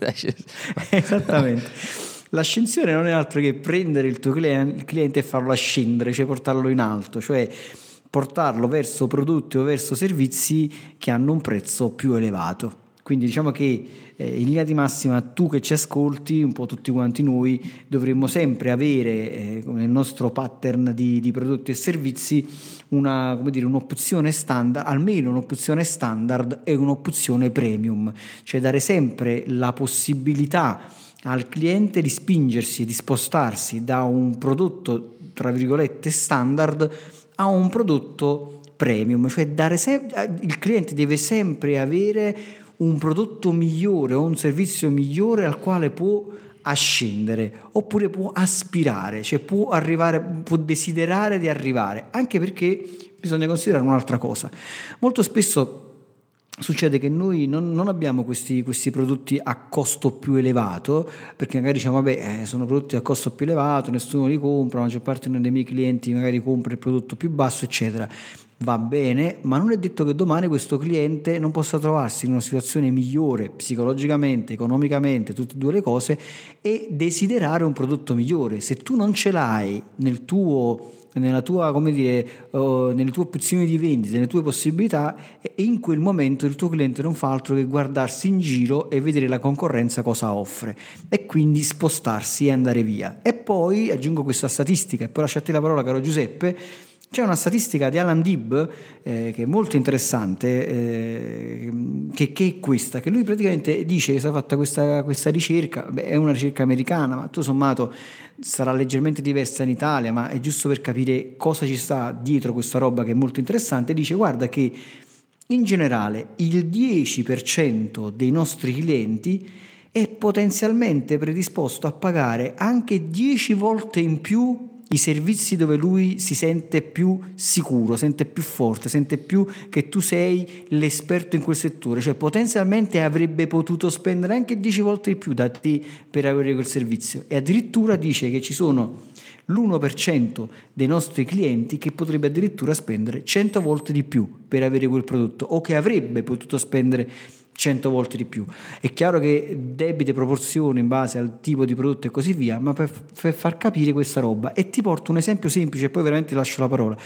Esattamente. L'ascensione non è altro che prendere il tuo cliente e farlo ascendere, cioè portarlo in alto, cioè portarlo verso prodotti o verso servizi che hanno un prezzo più elevato. Quindi diciamo che eh, in linea di massima tu che ci ascolti, un po' tutti quanti noi, dovremmo sempre avere eh, nel nostro pattern di, di prodotti e servizi una, come dire, un'opzione standard, almeno un'opzione standard e un'opzione premium, cioè dare sempre la possibilità al cliente di spingersi, di spostarsi da un prodotto tra virgolette standard a un prodotto premium, cioè dare sem- il cliente deve sempre avere un prodotto migliore o un servizio migliore al quale può ascendere oppure può aspirare, cioè può arrivare, può desiderare di arrivare, anche perché bisogna considerare un'altra cosa. Molto spesso succede che noi non, non abbiamo questi, questi prodotti a costo più elevato, perché magari diciamo vabbè eh, sono prodotti a costo più elevato, nessuno li compra, la maggior parte dei miei clienti magari compra il prodotto più basso eccetera. Va bene, ma non è detto che domani questo cliente non possa trovarsi in una situazione migliore psicologicamente, economicamente, tutte e due le cose, e desiderare un prodotto migliore. Se tu non ce l'hai nel tuo nella tua, come dire, uh, nelle tue opzioni di vendita, nelle tue possibilità, e in quel momento il tuo cliente non fa altro che guardarsi in giro e vedere la concorrenza cosa offre e quindi spostarsi e andare via. E poi aggiungo questa statistica e poi lascio a te la parola, caro Giuseppe. C'è una statistica di Alan Dibb eh, che è molto interessante, eh, che, che è questa, che lui praticamente dice che si è fatta questa, questa ricerca, beh, è una ricerca americana, ma tutto sommato sarà leggermente diversa in Italia, ma è giusto per capire cosa ci sta dietro questa roba che è molto interessante. Dice, guarda che in generale il dieci per cento dei nostri clienti è potenzialmente predisposto a pagare anche dieci volte in più i servizi dove lui si sente più sicuro, sente più forte, sente più che tu sei l'esperto in quel settore, cioè potenzialmente avrebbe potuto spendere anche dieci volte di più da te per avere quel servizio, e addirittura dice che ci sono l'uno per cento dei nostri clienti che potrebbe addirittura spendere cento volte di più per avere quel prodotto, o che avrebbe potuto spendere cento volte di più. È chiaro che debite proporzioni in base al tipo di prodotto e così via, ma per, per far capire questa roba, e ti porto un esempio semplice e poi veramente lascio la parola.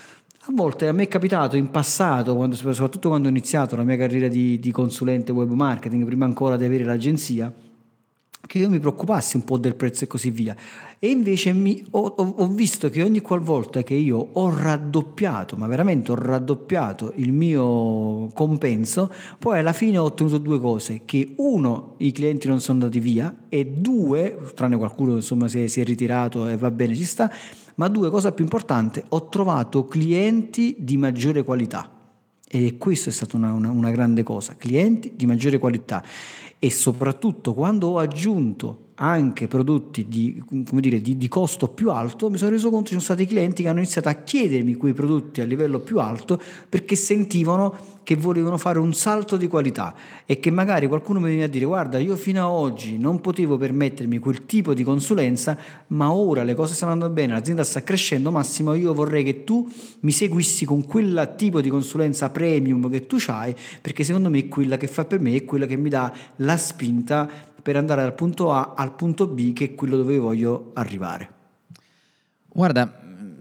A volte a me è capitato in passato, quando, soprattutto quando ho iniziato la mia carriera di, di consulente web marketing, prima ancora di avere l'agenzia, che io mi preoccupassi un po' del prezzo e così via, e invece mi, ho, ho visto che ogni qualvolta che io ho raddoppiato, ma veramente ho raddoppiato il mio compenso, poi alla fine ho ottenuto due cose: che uno, i clienti non sono andati via, e due, tranne qualcuno insomma si è, si è ritirato e va bene, ci sta, ma due, cosa più importante, ho trovato clienti di maggiore qualità, e questo è stata una, una, una grande cosa, clienti di maggiore qualità. E soprattutto quando ho aggiunto anche prodotti di, come dire, di, di costo più alto, mi sono reso conto che ci sono stati clienti che hanno iniziato a chiedermi quei prodotti a livello più alto perché sentivano che volevano fare un salto di qualità, e che magari qualcuno mi veniva a dire: guarda, io fino a oggi non potevo permettermi quel tipo di consulenza, ma ora le cose stanno andando bene, l'azienda sta crescendo, Massimo, io vorrei che tu mi seguissi con quel tipo di consulenza premium che tu c'hai, perché secondo me è quella che fa per me, è quella che mi dà la spinta per andare dal punto A al punto B, che è quello dove voglio arrivare? Guarda,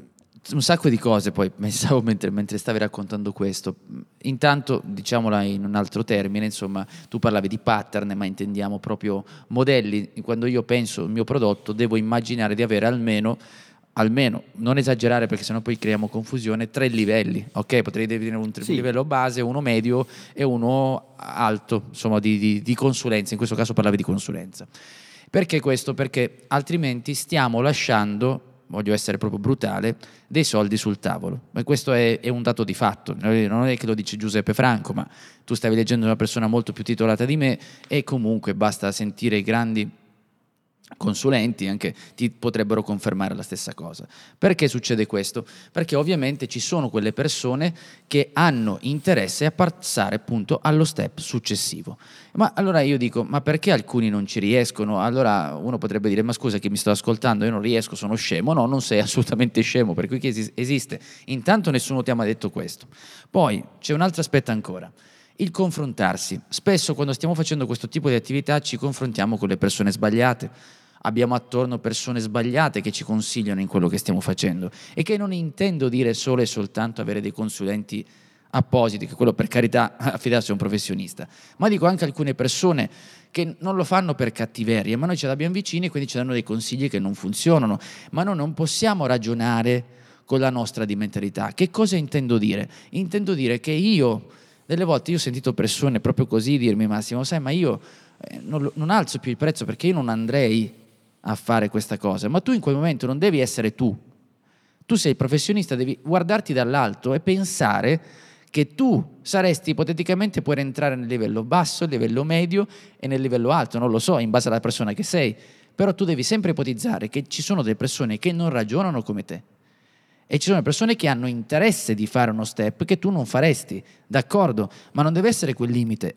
un sacco di cose poi pensavo mentre, mentre stavi raccontando questo. Intanto, diciamola in un altro termine, insomma, tu parlavi di pattern, ma intendiamo proprio modelli. Quando io penso al mio prodotto devo immaginare di avere almeno almeno, non esagerare perché sennò poi creiamo confusione, tre livelli, ok? Potrei definire un, sì. un livello base, uno medio e uno alto, insomma, di, di, di consulenza. In questo caso parlavi di consulenza. Perché questo? Perché altrimenti stiamo lasciando, voglio essere proprio brutale, dei soldi sul tavolo. E questo è, è un dato di fatto, non è che lo dice Giuseppe Franco, ma tu stavi leggendo una persona molto più titolata di me, e comunque basta sentire i grandi consulenti, anche ti potrebbero confermare la stessa cosa. Perché succede questo? Perché ovviamente ci sono quelle persone che hanno interesse a passare appunto allo step successivo. Ma allora io dico, ma perché alcuni non ci riescono? Allora uno potrebbe dire, ma scusa, che mi sto ascoltando, io non riesco, sono scemo. No, non sei assolutamente scemo, per cui che esiste. Intanto nessuno ti ha mai detto questo. Poi c'è un altro aspetto ancora. Il confrontarsi. Spesso quando stiamo facendo questo tipo di attività ci confrontiamo con le persone sbagliate, abbiamo attorno persone sbagliate che ci consigliano in quello che stiamo facendo, e che non intendo dire solo e soltanto avere dei consulenti appositi, che quello per carità affidarsi a un professionista, ma dico anche alcune persone che non lo fanno per cattiveria, ma noi ce l'abbiamo vicini e quindi ci danno dei consigli che non funzionano, ma noi non possiamo ragionare con la nostra di mentalità. Che cosa intendo dire? Intendo dire che io delle volte io ho sentito persone proprio così dirmi, Massimo, sai, ma io eh, non, non alzo più il prezzo perché io non andrei a fare questa cosa. Ma tu in quel momento non devi essere tu. Tu sei professionista, devi guardarti dall'alto e pensare che tu saresti ipoteticamente, puoi entrare nel livello basso, nel livello medio e nel livello alto, non lo so, in base alla persona che sei. Però tu devi sempre ipotizzare che ci sono delle persone che non ragionano come te. E ci sono persone che hanno interesse di fare uno step che tu non faresti, d'accordo, ma non deve essere quel limite.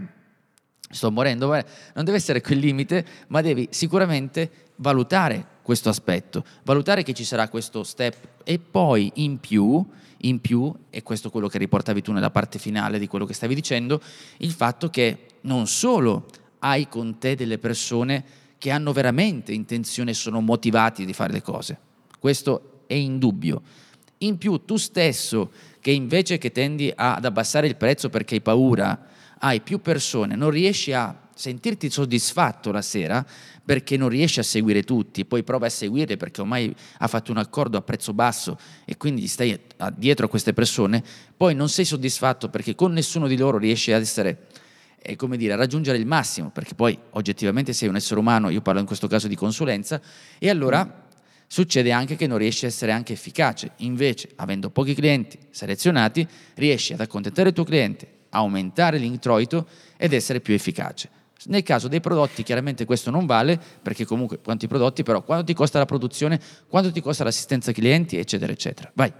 Sto morendo, non deve essere quel limite, ma devi sicuramente valutare questo aspetto, valutare che ci sarà questo step, e poi in più, in più, e questo è quello che riportavi tu nella parte finale di quello che stavi dicendo, il fatto che non solo hai con te delle persone che hanno veramente intenzione e sono motivati di fare le cose, questo è indubbio. In più tu stesso, che invece che tendi ad abbassare il prezzo perché hai paura, hai più persone, non riesci a sentirti soddisfatto la sera perché non riesci a seguire tutti, poi prova a seguirli perché ormai ha fatto un accordo a prezzo basso e quindi stai dietro a queste persone, poi non sei soddisfatto perché con nessuno di loro riesci ad essere, eh, come dire, a raggiungere il massimo, perché poi oggettivamente sei un essere umano, io parlo in questo caso di consulenza, e allora succede anche che non riesci a essere anche efficace. Invece, avendo pochi clienti selezionati, riesci ad accontentare il tuo cliente, aumentare l'introito ed essere più efficace. Nel caso dei prodotti chiaramente questo non vale, perché comunque quanti prodotti, però quanto ti costa la produzione, quanto ti costa l'assistenza clienti, eccetera eccetera. Vai.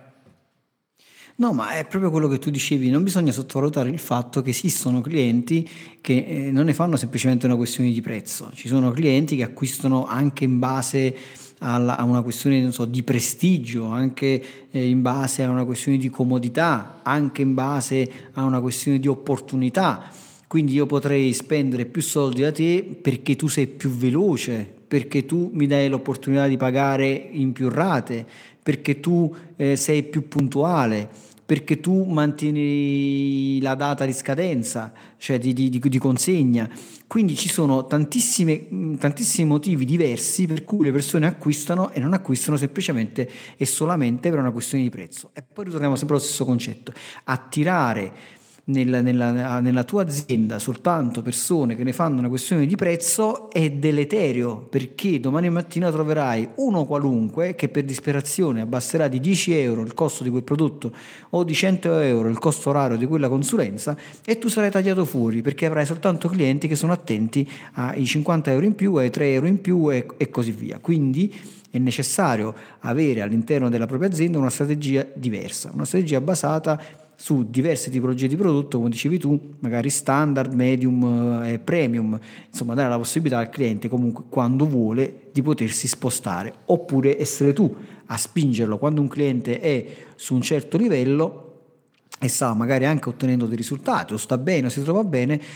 No, ma è proprio quello che tu dicevi, non bisogna sottovalutare il fatto che esistono clienti che eh, non ne fanno semplicemente una questione di prezzo, ci sono clienti che acquistano anche in base alla, a una questione, non so, di prestigio, anche eh, in base a una questione di comodità, anche in base a una questione di opportunità. Quindi io potrei spendere più soldi da te perché tu sei più veloce, perché tu mi dai l'opportunità di pagare in più rate, perché tu eh, sei più puntuale, perché tu mantieni la data di scadenza, cioè di, di, di consegna. Quindi ci sono tantissime, tantissimi motivi diversi per cui le persone acquistano e non acquistano semplicemente e solamente per una questione di prezzo. E poi ritorniamo sempre allo stesso concetto: attirare Nella, nella, nella tua azienda soltanto persone che ne fanno una questione di prezzo è deleterio, perché domani mattina troverai uno qualunque che per disperazione abbasserà di dieci euro il costo di quel prodotto o di cento euro il costo orario di quella consulenza, e tu sarai tagliato fuori perché avrai soltanto clienti che sono attenti ai cinquanta euro in più, ai tre euro in più e, e così via. Quindi è necessario avere all'interno della propria azienda una strategia diversa, una strategia basata su diverse tipologie di prodotto, come dicevi tu, magari standard, medium e eh, premium, insomma dare la possibilità al cliente comunque quando vuole di potersi spostare, oppure essere tu a spingerlo quando un cliente è su un certo livello e sta magari anche ottenendo dei risultati o sta bene o si trova bene,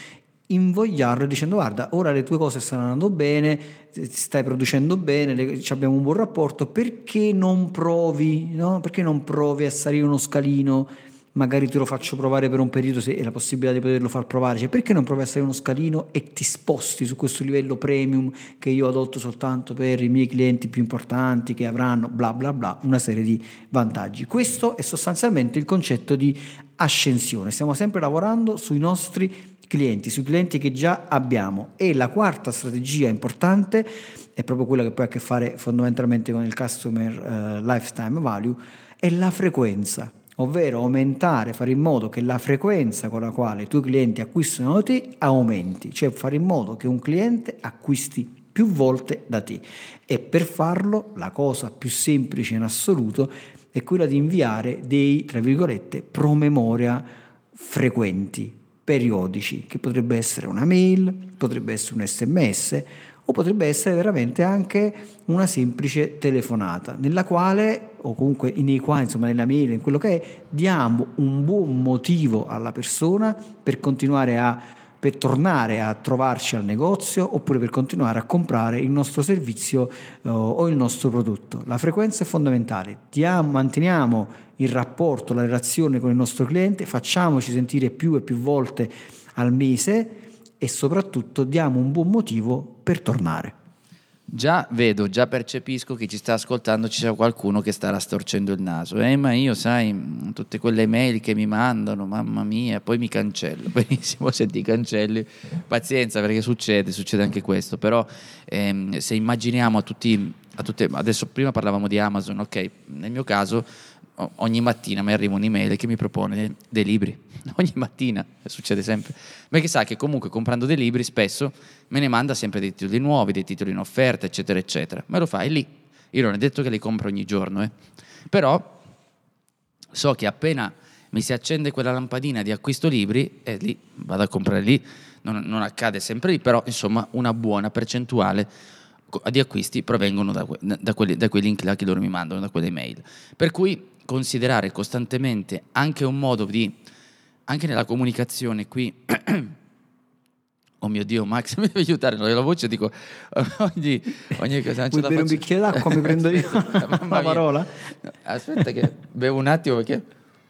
invogliarlo dicendo guarda, ora le tue cose stanno andando bene, stai producendo bene, le, abbiamo un buon rapporto, perché non provi, no? Perché non provi a salire uno scalino? Magari te lo faccio provare per un periodo se hai la possibilità di poterlo far provare, cioè perché non provi a salire uno scalino e ti sposti su questo livello premium che io adotto soltanto per i miei clienti più importanti che avranno bla bla bla, una serie di vantaggi. Questo è sostanzialmente il concetto di ascensione, stiamo sempre lavorando sui nostri clienti, sui clienti che già abbiamo. E la quarta strategia importante è proprio quella che poi ha a che fare fondamentalmente con il customer uh, lifetime value, è la frequenza, ovvero aumentare, fare in modo che la frequenza con la quale i tuoi clienti acquistano da te aumenti, cioè fare in modo che un cliente acquisti più volte da te. E per farlo la cosa più semplice in assoluto è quella di inviare dei, tra virgolette, promemoria frequenti, periodici, che potrebbe essere una mail, potrebbe essere un sms o potrebbe essere veramente anche una semplice telefonata, nella quale, o comunque nei quali, insomma nella mail, in quello che è, diamo un buon motivo alla persona per continuare a, per tornare a trovarci al negozio, oppure per continuare a comprare il nostro servizio uh, o il nostro prodotto. La frequenza è fondamentale, diamo, manteniamo il rapporto, la relazione con il nostro cliente, facciamoci sentire più e più volte al mese e soprattutto diamo un buon motivo per tornare. Già vedo, già percepisco che ci sta ascoltando, ci sia qualcuno che starà storcendo il naso. Eh, ma io, sai, tutte quelle mail che mi mandano, mamma mia, poi mi cancello. Benissimo, se ti cancelli, pazienza, perché succede, succede anche questo. Però ehm, se immaginiamo a tutti, a tutte, adesso prima parlavamo di Amazon, ok, nel mio caso ogni mattina mi arriva un'email che mi propone dei libri, ogni mattina, succede sempre, perché sa che comunque comprando dei libri spesso me ne manda sempre dei titoli nuovi, dei titoli in offerta, eccetera eccetera, me lo fai lì. Io non è detto che li compro ogni giorno, eh. Però so che appena mi si accende quella lampadina di acquisto libri e lì vado a comprare lì, non, non accade sempre lì, però insomma una buona percentuale di acquisti provengono da, da, quelli, da quei link là che loro mi mandano, da quelle mail, per cui considerare costantemente anche un modo di, anche nella comunicazione qui oh mio Dio, Max mi deve aiutare, non ho la voce, dico ogni, ogni cosa. Vuoi bere un bicchiere d'acqua, mi prendo io la parola? Aspetta che bevo un attimo perché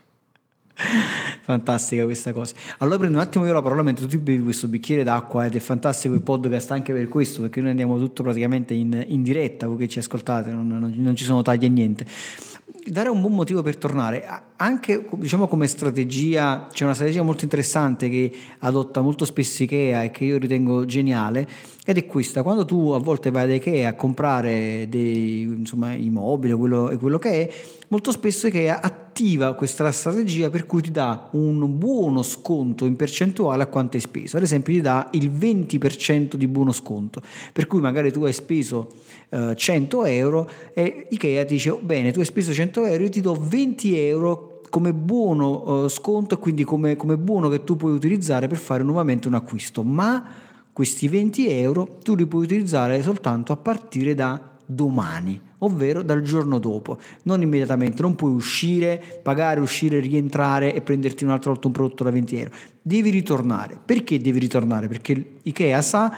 fantastica questa cosa. Allora prendo un attimo io la parola mentre tu bevi questo bicchiere d'acqua, ed è fantastico il podcast anche per questo, perché noi andiamo tutto praticamente in, in diretta, voi che ci ascoltate, non, non, non ci sono tagli e niente. Dare un buon motivo per tornare, anche diciamo come strategia, c'è una strategia molto interessante che adotta molto spesso Ikea e che io ritengo geniale, ed è questa: quando tu a volte vai da Ikea a comprare dei, insomma, i mobili o quello, quello che è, molto spesso Ikea attiva questa strategia per cui ti dà un buono sconto in percentuale a quanto hai speso. Ad esempio ti dà il venti per cento di buono sconto, per cui magari tu hai speso uh, cento euro e Ikea ti dice oh, bene, tu hai speso cento euro, io ti do venti euro come buono uh, sconto, e quindi come, come buono che tu puoi utilizzare per fare nuovamente un acquisto, ma questi venti euro tu li puoi utilizzare soltanto a partire da domani, ovvero dal giorno dopo, non immediatamente. Non puoi uscire, pagare, uscire, rientrare e prenderti un'altra volta un prodotto da venti euro, devi ritornare. Perché devi ritornare? Perché Ikea sa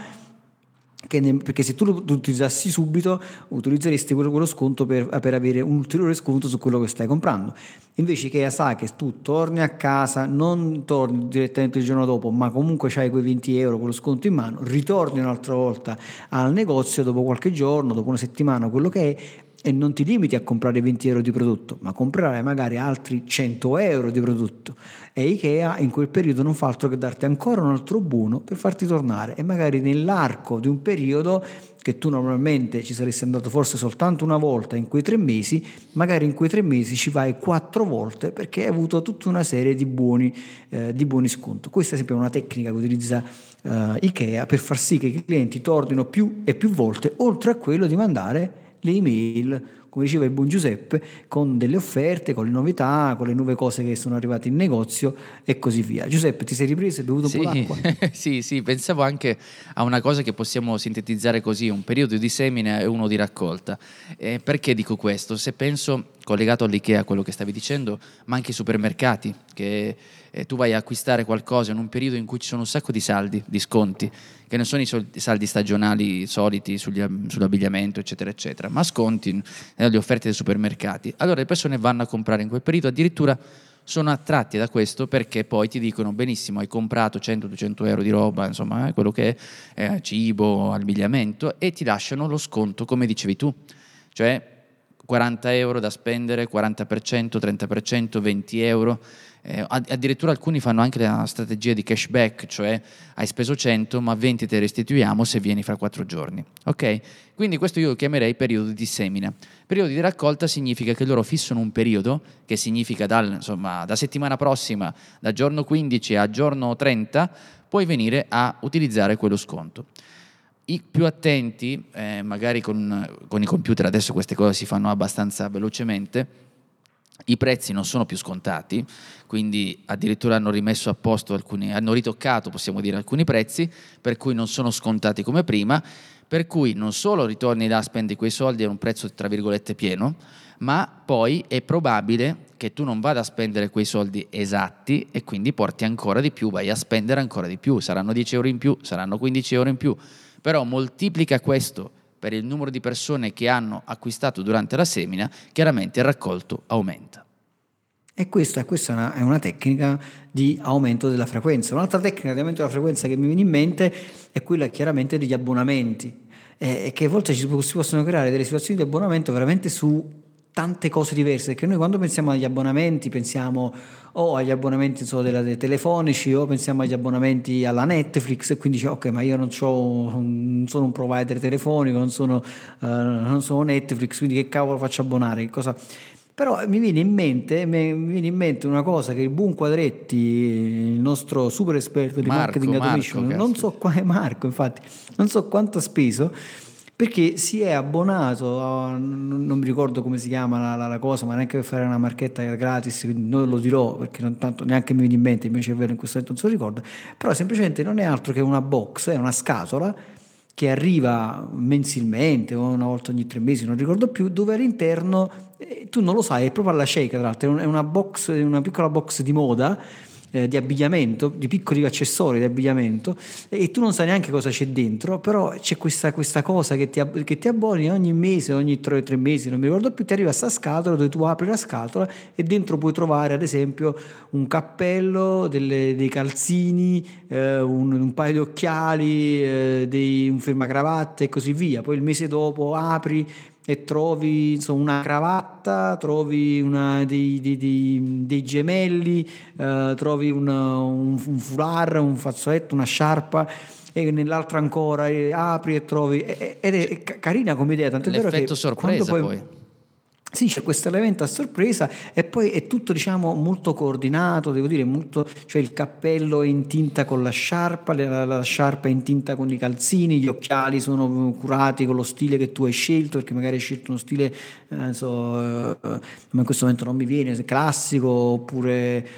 che ne, perché se tu lo utilizzassi subito utilizzeresti quello, quello sconto per, per avere un ulteriore sconto su quello che stai comprando. Invece Ikea sa che tu torni a casa, non torni direttamente il giorno dopo, ma comunque c'hai quei venti euro, quello sconto in mano, ritorni un'altra volta al negozio dopo qualche giorno, dopo una settimana, quello che è, e non ti limiti a comprare venti euro di prodotto, ma comprerai magari altri cento euro di prodotto, e Ikea in quel periodo non fa altro che darti ancora un altro buono per farti tornare, e magari nell'arco di un periodo che tu normalmente ci saresti andato forse soltanto una volta in quei tre mesi, magari in quei tre mesi ci vai quattro volte perché hai avuto tutta una serie di buoni, eh, di buoni sconto. Questa è sempre una tecnica che utilizza eh, Ikea per far sì che i clienti tornino più e più volte, oltre a quello di mandare le email, come diceva il buon Giuseppe, con delle offerte, con le novità, con le nuove cose che sono arrivate in negozio e così via. Giuseppe, ti sei ripreso e hai bevuto sì, un po' d'acqua? sì, sì, pensavo anche a una cosa che possiamo sintetizzare così: un periodo di semine e uno di raccolta. Eh, perché dico questo? Se penso, collegato all'Ikea, quello che stavi dicendo, ma anche i supermercati, che eh, tu vai a acquistare qualcosa in un periodo in cui ci sono un sacco di saldi, di sconti, che non sono i soldi, saldi stagionali soliti sugli, sull'abbigliamento, eccetera, eccetera, ma sconti nelle offerte dei supermercati. Allora le persone vanno a comprare in quel periodo, addirittura sono attratti da questo perché poi ti dicono benissimo, hai comprato cento duecento euro di roba, insomma, eh, quello che è eh, cibo, abbigliamento, e ti lasciano lo sconto, come dicevi tu, cioè quaranta euro da spendere, quaranta per cento, trenta per cento, venti euro. Eh, addirittura alcuni fanno anche la strategia di cashback, cioè hai speso cento ma venti te restituiamo se vieni fra quattro giorni, ok? Quindi questo io lo chiamerei periodo di semina. Periodo di raccolta significa che loro fissano un periodo, che significa dal, insomma, da settimana prossima, da giorno quindici a giorno trenta, puoi venire a utilizzare quello sconto. I più attenti, eh, magari con, con i computer adesso queste cose si fanno abbastanza velocemente, i prezzi non sono più scontati, quindi addirittura hanno rimesso a posto alcuni, hanno ritoccato, possiamo dire, alcuni prezzi, per cui non sono scontati come prima, per cui non solo ritorni là, spendi quei soldi a un prezzo tra virgolette pieno, ma poi è probabile che tu non vada a spendere quei soldi esatti e quindi porti ancora di più, vai a spendere ancora di più, saranno dieci euro in più, saranno quindici euro in più, però moltiplica questo per il numero di persone che hanno acquistato durante la semina, chiaramente il raccolto aumenta. E questa, questa è, una, è una tecnica di aumento della frequenza. Un'altra tecnica di aumento della frequenza che mi viene in mente è quella chiaramente degli abbonamenti, e eh, che a volte ci si possono creare delle situazioni di abbonamento veramente su tante cose diverse, perché noi quando pensiamo agli abbonamenti pensiamo o agli abbonamenti so, della, dei telefonici, o pensiamo agli abbonamenti alla Netflix, e quindi dice ok, ma io non, c'ho, non sono un provider telefonico, non sono, uh, non sono Netflix, quindi che cavolo faccio abbonare? Che cosa? Però mi viene in mente, mi viene in mente una cosa che il buon Quadretti, il nostro super esperto di Marco, marketing automation, Marco, non so quale Marco, infatti, non so quanto ha speso, perché si è abbonato a, non, non mi ricordo come si chiama la, la, la cosa, ma neanche per fare una marchetta gratis, quindi non lo dirò perché non tanto neanche mi viene in mente, invece è vero in questo momento non se lo ricordo, però semplicemente non è altro che una box, è una scatola che arriva mensilmente o una volta ogni tre mesi, non ricordo più, dove all'interno eh, tu non lo sai, è proprio alla shake, tra l'altro è una box, una piccola box di moda, eh, di abbigliamento, di piccoli accessori di abbigliamento, e tu non sai neanche cosa c'è dentro, però c'è questa, questa cosa che ti, che ti abboni ogni mese, ogni tre, tre mesi, non mi ricordo più, ti arriva questa scatola dove tu apri la scatola e dentro puoi trovare ad esempio un cappello, delle, dei calzini, eh, un, un paio di occhiali, eh, dei, un fermacravatte e così via. Poi il mese dopo apri e trovi insomma, una cravatta, trovi una, dei, dei, dei, dei gemelli, eh, trovi una, un, un foulard, un fazzoletto, una sciarpa, e nell'altra ancora eh, apri e trovi, ed è, è carina come idea, tant'è vero che l'effetto sorpresa poi, poi. Sì, c'è questo elemento a sorpresa e poi è tutto diciamo molto coordinato, devo dire, molto, cioè il cappello è in tinta con la sciarpa, la, la sciarpa è in tinta con i calzini, gli occhiali sono curati con lo stile che tu hai scelto, perché magari hai scelto uno stile, eh, so, eh, ma in questo momento non mi viene, classico oppure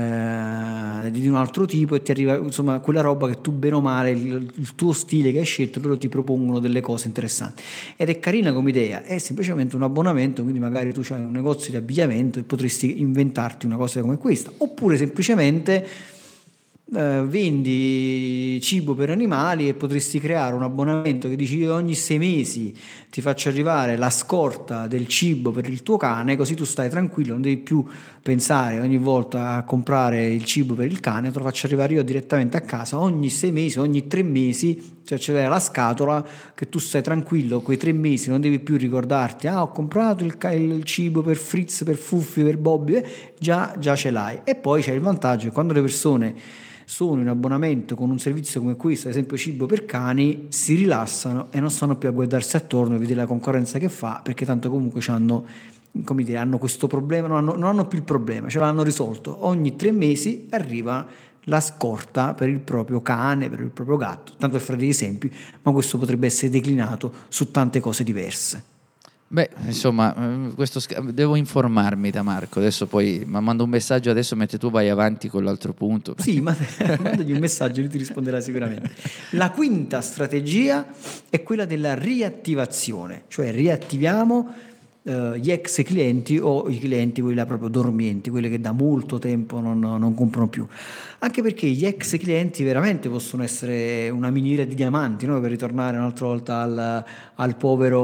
eh, di un altro tipo, e ti arriva insomma quella roba che tu bene o male, il, il tuo stile che hai scelto, loro ti propongono delle cose interessanti. Ed è carina come idea, è semplicemente un abbonamento, quindi magari tu hai un negozio di abbigliamento e potresti inventarti una cosa come questa, oppure semplicemente eh, vendi cibo per animali e potresti creare un abbonamento che dici io ogni sei mesi ti faccio arrivare la scorta del cibo per il tuo cane, così tu stai tranquillo, non devi più pensare ogni volta a comprare il cibo per il cane, te lo faccio arrivare io direttamente a casa ogni sei mesi, ogni tre mesi, cioè c'è la scatola che tu stai tranquillo, quei tre mesi non devi più ricordarti ah ho comprato il, il cibo per Fritz, per Fuffi, per Bobby, eh, già, già ce l'hai. E poi c'è il vantaggio che quando le persone sono in abbonamento con un servizio come questo, ad esempio cibo per cani, si rilassano e non stanno più a guardarsi attorno e vedere la concorrenza che fa, perché tanto comunque hanno, come dire, hanno questo problema, non hanno, non hanno più il problema, ce l'hanno risolto. Ogni tre mesi arriva la scorta per il proprio cane, per il proprio gatto, tanto per fare degli esempi, ma questo potrebbe essere declinato su tante cose diverse. Beh, insomma, questo sc- devo informarmi da Marco, adesso poi mi mando un messaggio adesso mentre tu vai avanti con l'altro punto. Sì, ma mandagli un messaggio, lui ti risponderà sicuramente. La quinta strategia è quella della riattivazione, cioè riattiviamo eh, gli ex clienti o i clienti quelli là proprio dormienti, quelli che da molto tempo non, non comprano più. Anche perché gli ex clienti veramente possono essere una miniera di diamanti, no? Per ritornare un'altra volta al, al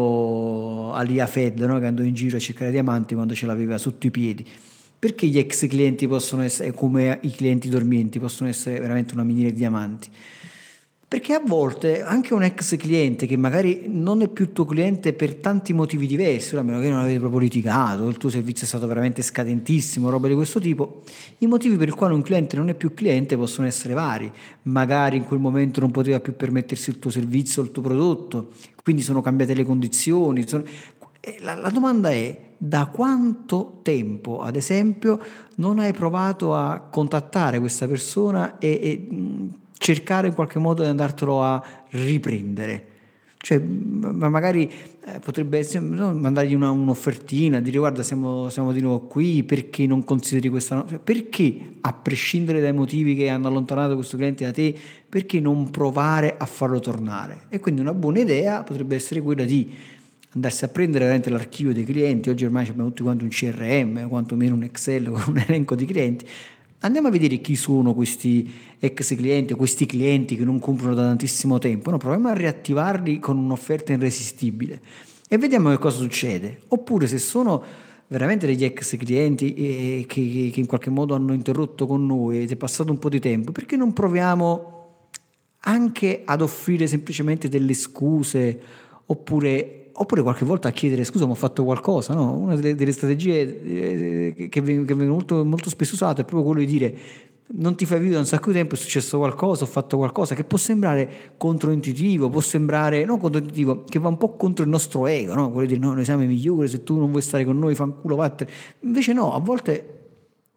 povero Alia Fed, no? Che andò in giro a cercare diamanti quando ce l'aveva sotto i piedi. Perché gli ex clienti possono essere, come i clienti dormienti, possono essere veramente una miniera di diamanti? Perché a volte anche un ex cliente che magari non è più tuo cliente per tanti motivi diversi, a meno che non avete proprio litigato, il tuo servizio è stato veramente scadentissimo, roba di questo tipo, i motivi per i quali un cliente non è più cliente possono essere vari. Magari in quel momento non poteva più permettersi il tuo servizio o il tuo prodotto, quindi sono cambiate le condizioni. Sono... La, la domanda è: da quanto tempo, ad esempio, non hai provato a contattare questa persona e, e mh, cercare in qualche modo di andartelo a riprendere? Cioè, ma magari eh, potrebbe essere, no, mandargli una, un'offertina, dire: guarda, siamo, siamo di nuovo qui, perché non consideri questa no? Cioè, perché, a prescindere dai motivi che hanno allontanato questo cliente da te, perché non provare a farlo tornare? E quindi una buona idea potrebbe essere quella di andarsi a prendere veramente l'archivio dei clienti. Oggi ormai abbiamo tutti quanti un C R M, quantomeno un Excel con un elenco di clienti. Andiamo a vedere chi sono questi ex clienti, questi clienti che non comprano da tantissimo tempo, no? Proviamo a riattivarli con un'offerta irresistibile e vediamo che cosa succede. Oppure, se sono veramente degli ex clienti e che, che in qualche modo hanno interrotto con noi ed è passato un po' di tempo, perché non proviamo anche ad offrire semplicemente delle scuse, oppure Oppure qualche volta a chiedere: scusa, ma ho fatto qualcosa, no? Una delle, delle strategie eh, che, che vengono molto, molto spesso usate è proprio quello di dire: non ti fai video da un sacco di tempo, è successo qualcosa, ho fatto qualcosa, che può sembrare controintuitivo, può sembrare, non controintuitivo, che va un po' contro il nostro ego, no? Quello di dire: no, noi siamo i migliori, se tu non vuoi stare con noi, fanculo, vattene. Invece no, a volte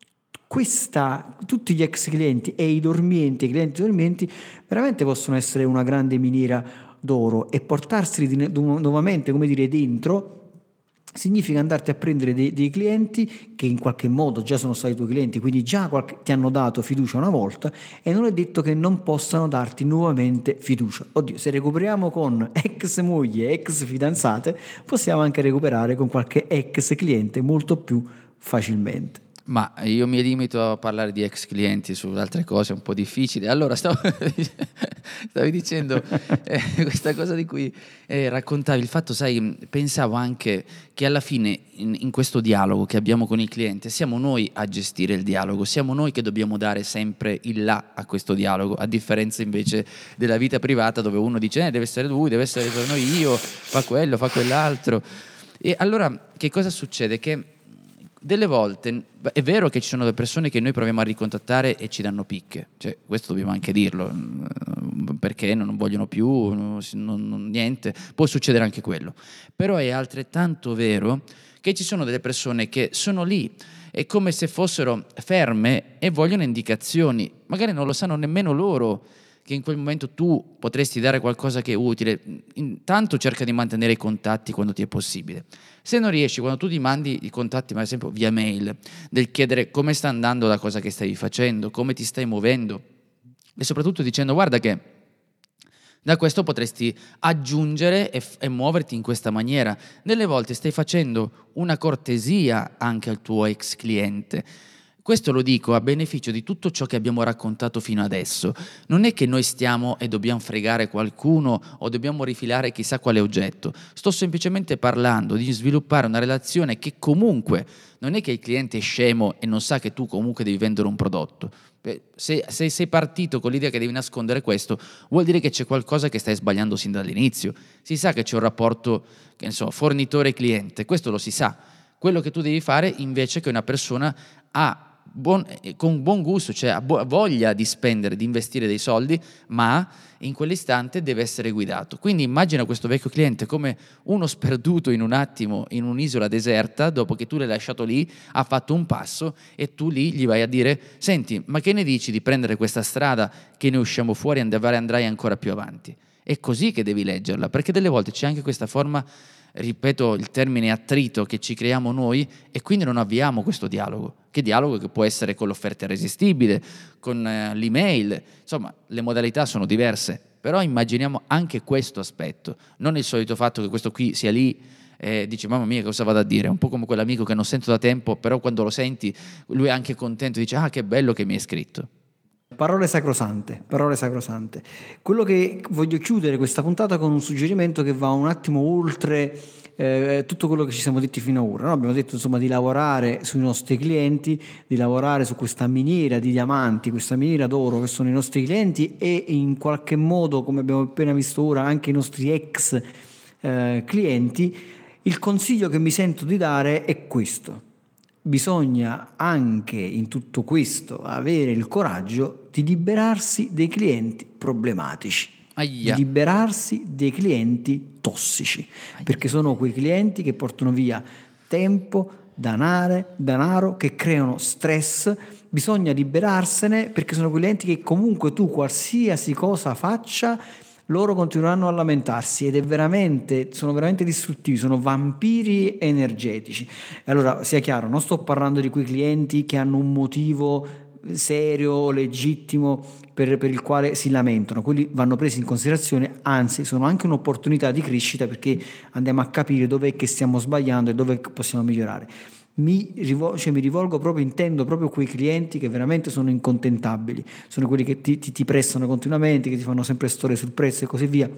questa, tutti gli ex clienti e i dormienti, i clienti dormienti, veramente possono essere una grande miniera d'oro, e portarseli di, nuovamente, come dire, dentro significa andarti a prendere dei, dei clienti che in qualche modo già sono stati tuoi clienti, quindi già qualche, ti hanno dato fiducia una volta, e non è detto che non possano darti nuovamente fiducia. Oddio, se recuperiamo con ex moglie, ex fidanzate, possiamo anche recuperare con qualche ex cliente molto più facilmente. Ma io mi limito a parlare di ex clienti, su altre cose è un po' difficile. Allora, stavo stavi dicendo eh, questa cosa di cui eh, raccontavi, il fatto, sai, pensavo anche che alla fine in, in questo dialogo che abbiamo con il cliente siamo noi a gestire il dialogo, siamo noi che dobbiamo dare sempre il là a questo dialogo, a differenza invece della vita privata, dove uno dice eh, deve essere lui, deve essere sono io, fa quello, fa quell'altro. E allora che cosa succede? Che delle volte è vero che ci sono delle persone che noi proviamo a ricontattare e ci danno picche, cioè, questo dobbiamo anche dirlo, perché non vogliono più, non, non, niente, può succedere anche quello. Però è altrettanto vero che ci sono delle persone che sono lì, è come se fossero ferme e vogliono indicazioni, magari non lo sanno nemmeno loro che in quel momento tu potresti dare qualcosa che è utile. Intanto cerca di mantenere i contatti quando ti è possibile. Se non riesci, quando tu ti mandi i contatti, ma ad esempio via mail, del chiedere come sta andando la cosa che stai facendo, come ti stai muovendo, e soprattutto dicendo: guarda che da questo potresti aggiungere e, f- e muoverti in questa maniera. Delle volte stai facendo una cortesia anche al tuo ex cliente. Questo lo dico a beneficio di tutto ciò che abbiamo raccontato fino adesso. Non è che noi stiamo e dobbiamo fregare qualcuno o dobbiamo rifilare chissà quale oggetto. Sto semplicemente parlando di sviluppare una relazione che comunque non è che il cliente è scemo e non sa che tu comunque devi vendere un prodotto. Se, se sei partito con l'idea che devi nascondere questo, vuol dire che c'è qualcosa che stai sbagliando sin dall'inizio. Si sa che c'è un rapporto, che ne so, fornitore-cliente, questo lo si sa. Quello che tu devi fare invece è che una persona ha Buon, con buon gusto, cioè ha voglia di spendere, di investire dei soldi, ma in quell'istante deve essere guidato. Quindi immagina questo vecchio cliente come uno sperduto in un attimo in un'isola deserta, dopo che tu l'hai lasciato lì, ha fatto un passo e tu lì gli vai a dire: senti, ma che ne dici di prendere questa strada che ne usciamo fuori e andrai ancora più avanti? È così che devi leggerla, perché delle volte c'è anche questa forma, ripeto il termine, attrito che ci creiamo noi, e quindi non avviamo questo dialogo. Che dialogo che può essere con l'offerta irresistibile, con eh, l'email, insomma le modalità sono diverse, però immaginiamo anche questo aspetto, non il solito fatto che questo qui sia lì e dici mamma mia cosa vado a dire, un po' come quell'amico che non sento da tempo, però quando lo senti lui è anche contento, dice ah che bello che mi hai scritto. Parole sacrosante, parole sacrosante. Quello che voglio chiudere questa puntata con un suggerimento che va un attimo oltre eh, tutto quello che ci siamo detti fino ad ora, no? Abbiamo detto insomma di lavorare sui nostri clienti, di lavorare su questa miniera di diamanti, questa miniera d'oro che sono i nostri clienti e in qualche modo, come abbiamo appena visto ora, anche i nostri ex eh, clienti. Il consiglio che mi sento di dare è questo: bisogna anche in tutto questo avere il coraggio di liberarsi dei clienti problematici, Aia. di liberarsi dei clienti tossici, Aia. perché sono quei clienti che portano via tempo, danare, denaro, che creano stress. Bisogna liberarsene perché sono quei clienti che comunque tu qualsiasi cosa faccia loro continueranno a lamentarsi ed è veramente, sono veramente distruttivi, sono vampiri energetici. E allora sia chiaro, non sto parlando di quei clienti che hanno un motivo serio, legittimo per, per il quale si lamentano, quelli vanno presi in considerazione, anzi sono anche un'opportunità di crescita perché andiamo a capire dov'è che stiamo sbagliando e dove possiamo migliorare. Mi rivolgo, cioè mi rivolgo proprio, intendo proprio quei clienti che veramente sono incontentabili, sono quelli che ti, ti, ti pressano continuamente, che ti fanno sempre storie sul prezzo e così via.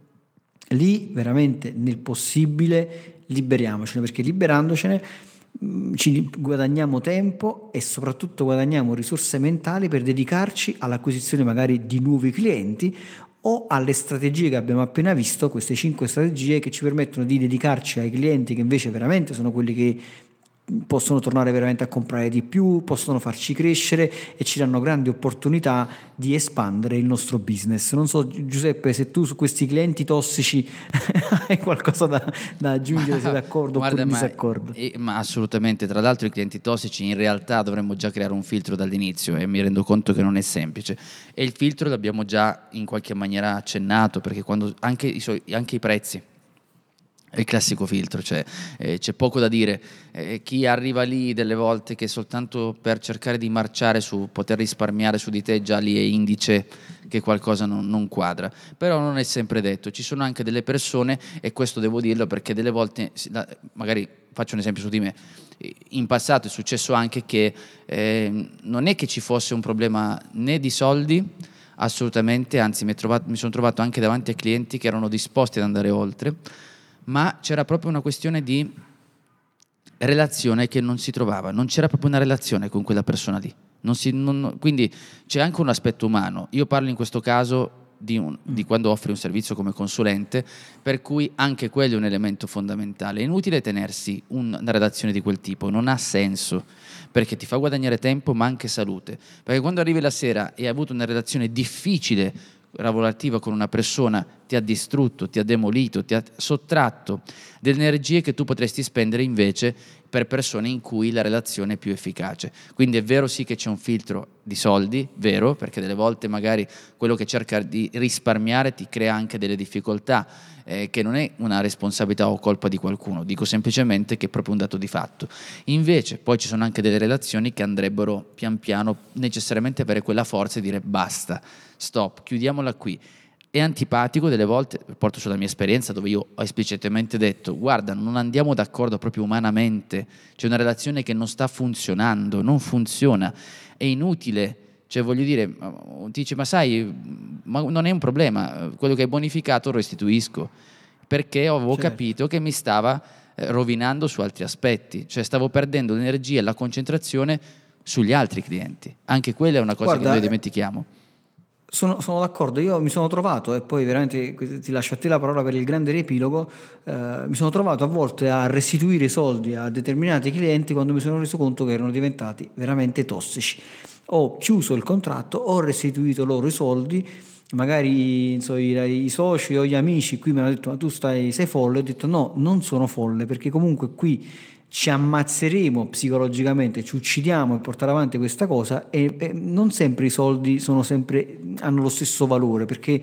Lì veramente nel possibile liberiamocene, perché liberandocene mh, ci guadagniamo tempo e soprattutto guadagniamo risorse mentali per dedicarci all'acquisizione magari di nuovi clienti o alle strategie che abbiamo appena visto, queste cinque strategie che ci permettono di dedicarci ai clienti che invece veramente sono quelli che possono tornare veramente a comprare di più, possono farci crescere e ci danno grandi opportunità di espandere il nostro business. Non so Giuseppe se tu su questi clienti tossici hai qualcosa da, da aggiungere, sei d'accordo Guarda, oppure in ma, disaccordo? eh, ma assolutamente, tra l'altro i clienti tossici in realtà dovremmo già creare un filtro dall'inizio e mi rendo conto che non è semplice e il filtro l'abbiamo già in qualche maniera accennato, perché quando anche i, suoi, anche i prezzi, il classico filtro, cioè eh, c'è poco da dire, eh, chi arriva lì delle volte che soltanto per cercare di marciare su, poter risparmiare su di te, già lì è indice che qualcosa non, non quadra, però non è sempre detto, ci sono anche delle persone, e questo devo dirlo perché delle volte, magari faccio un esempio su di me, in passato è successo anche che eh, non è che ci fosse un problema né di soldi, assolutamente, anzi mi, trovato, mi sono trovato anche davanti a clienti che erano disposti ad andare oltre, ma c'era proprio una questione di relazione che non si trovava, non c'era proprio una relazione con quella persona lì. Non si, non, quindi c'è anche un aspetto umano. Io parlo in questo caso di, un, di quando offri un servizio come consulente, per cui anche quello è un elemento fondamentale. È inutile tenersi un, una relazione di quel tipo, non ha senso, perché ti fa guadagnare tempo ma anche salute. Perché quando arrivi la sera e hai avuto una relazione difficile lavorativa con una persona, ti ha distrutto, ti ha demolito, ti ha sottratto delle energie che tu potresti spendere invece per persone in cui la relazione è più efficace. Quindi è vero sì che c'è un filtro di soldi, vero, perché delle volte magari quello che cerca di risparmiare ti crea anche delle difficoltà, eh, che non è una responsabilità o colpa di qualcuno, dico semplicemente che è proprio un dato di fatto. Invece poi ci sono anche delle relazioni che andrebbero pian piano necessariamente avere quella forza e dire basta, stop, chiudiamola qui. È antipatico delle volte, porto sulla mia esperienza dove io ho esplicitamente detto guarda, non andiamo d'accordo proprio umanamente, c'è una relazione che non sta funzionando, non funziona, è inutile, cioè voglio dire, ti dice ma sai, ma non è un problema, quello che è bonificato lo restituisco, perché avevo Certo. capito che mi stava rovinando su altri aspetti, cioè stavo perdendo l'energia e la concentrazione sugli altri clienti. Anche quella è una cosa Guarda, che noi dimentichiamo. Sono, sono d'accordo, io mi sono trovato, e poi veramente ti lascio a te la parola per il grande riepilogo, eh, mi sono trovato a volte a restituire i soldi a determinati clienti quando mi sono reso conto che erano diventati veramente tossici. Ho chiuso il contratto, ho restituito loro i soldi, magari so, i, i soci o gli amici qui mi hanno detto ma tu stai, sei folle, ho detto no, non sono folle perché comunque qui ci ammazzeremo psicologicamente, ci uccidiamo per portare avanti questa cosa e, e non sempre i soldi sono sempre, hanno lo stesso valore, perché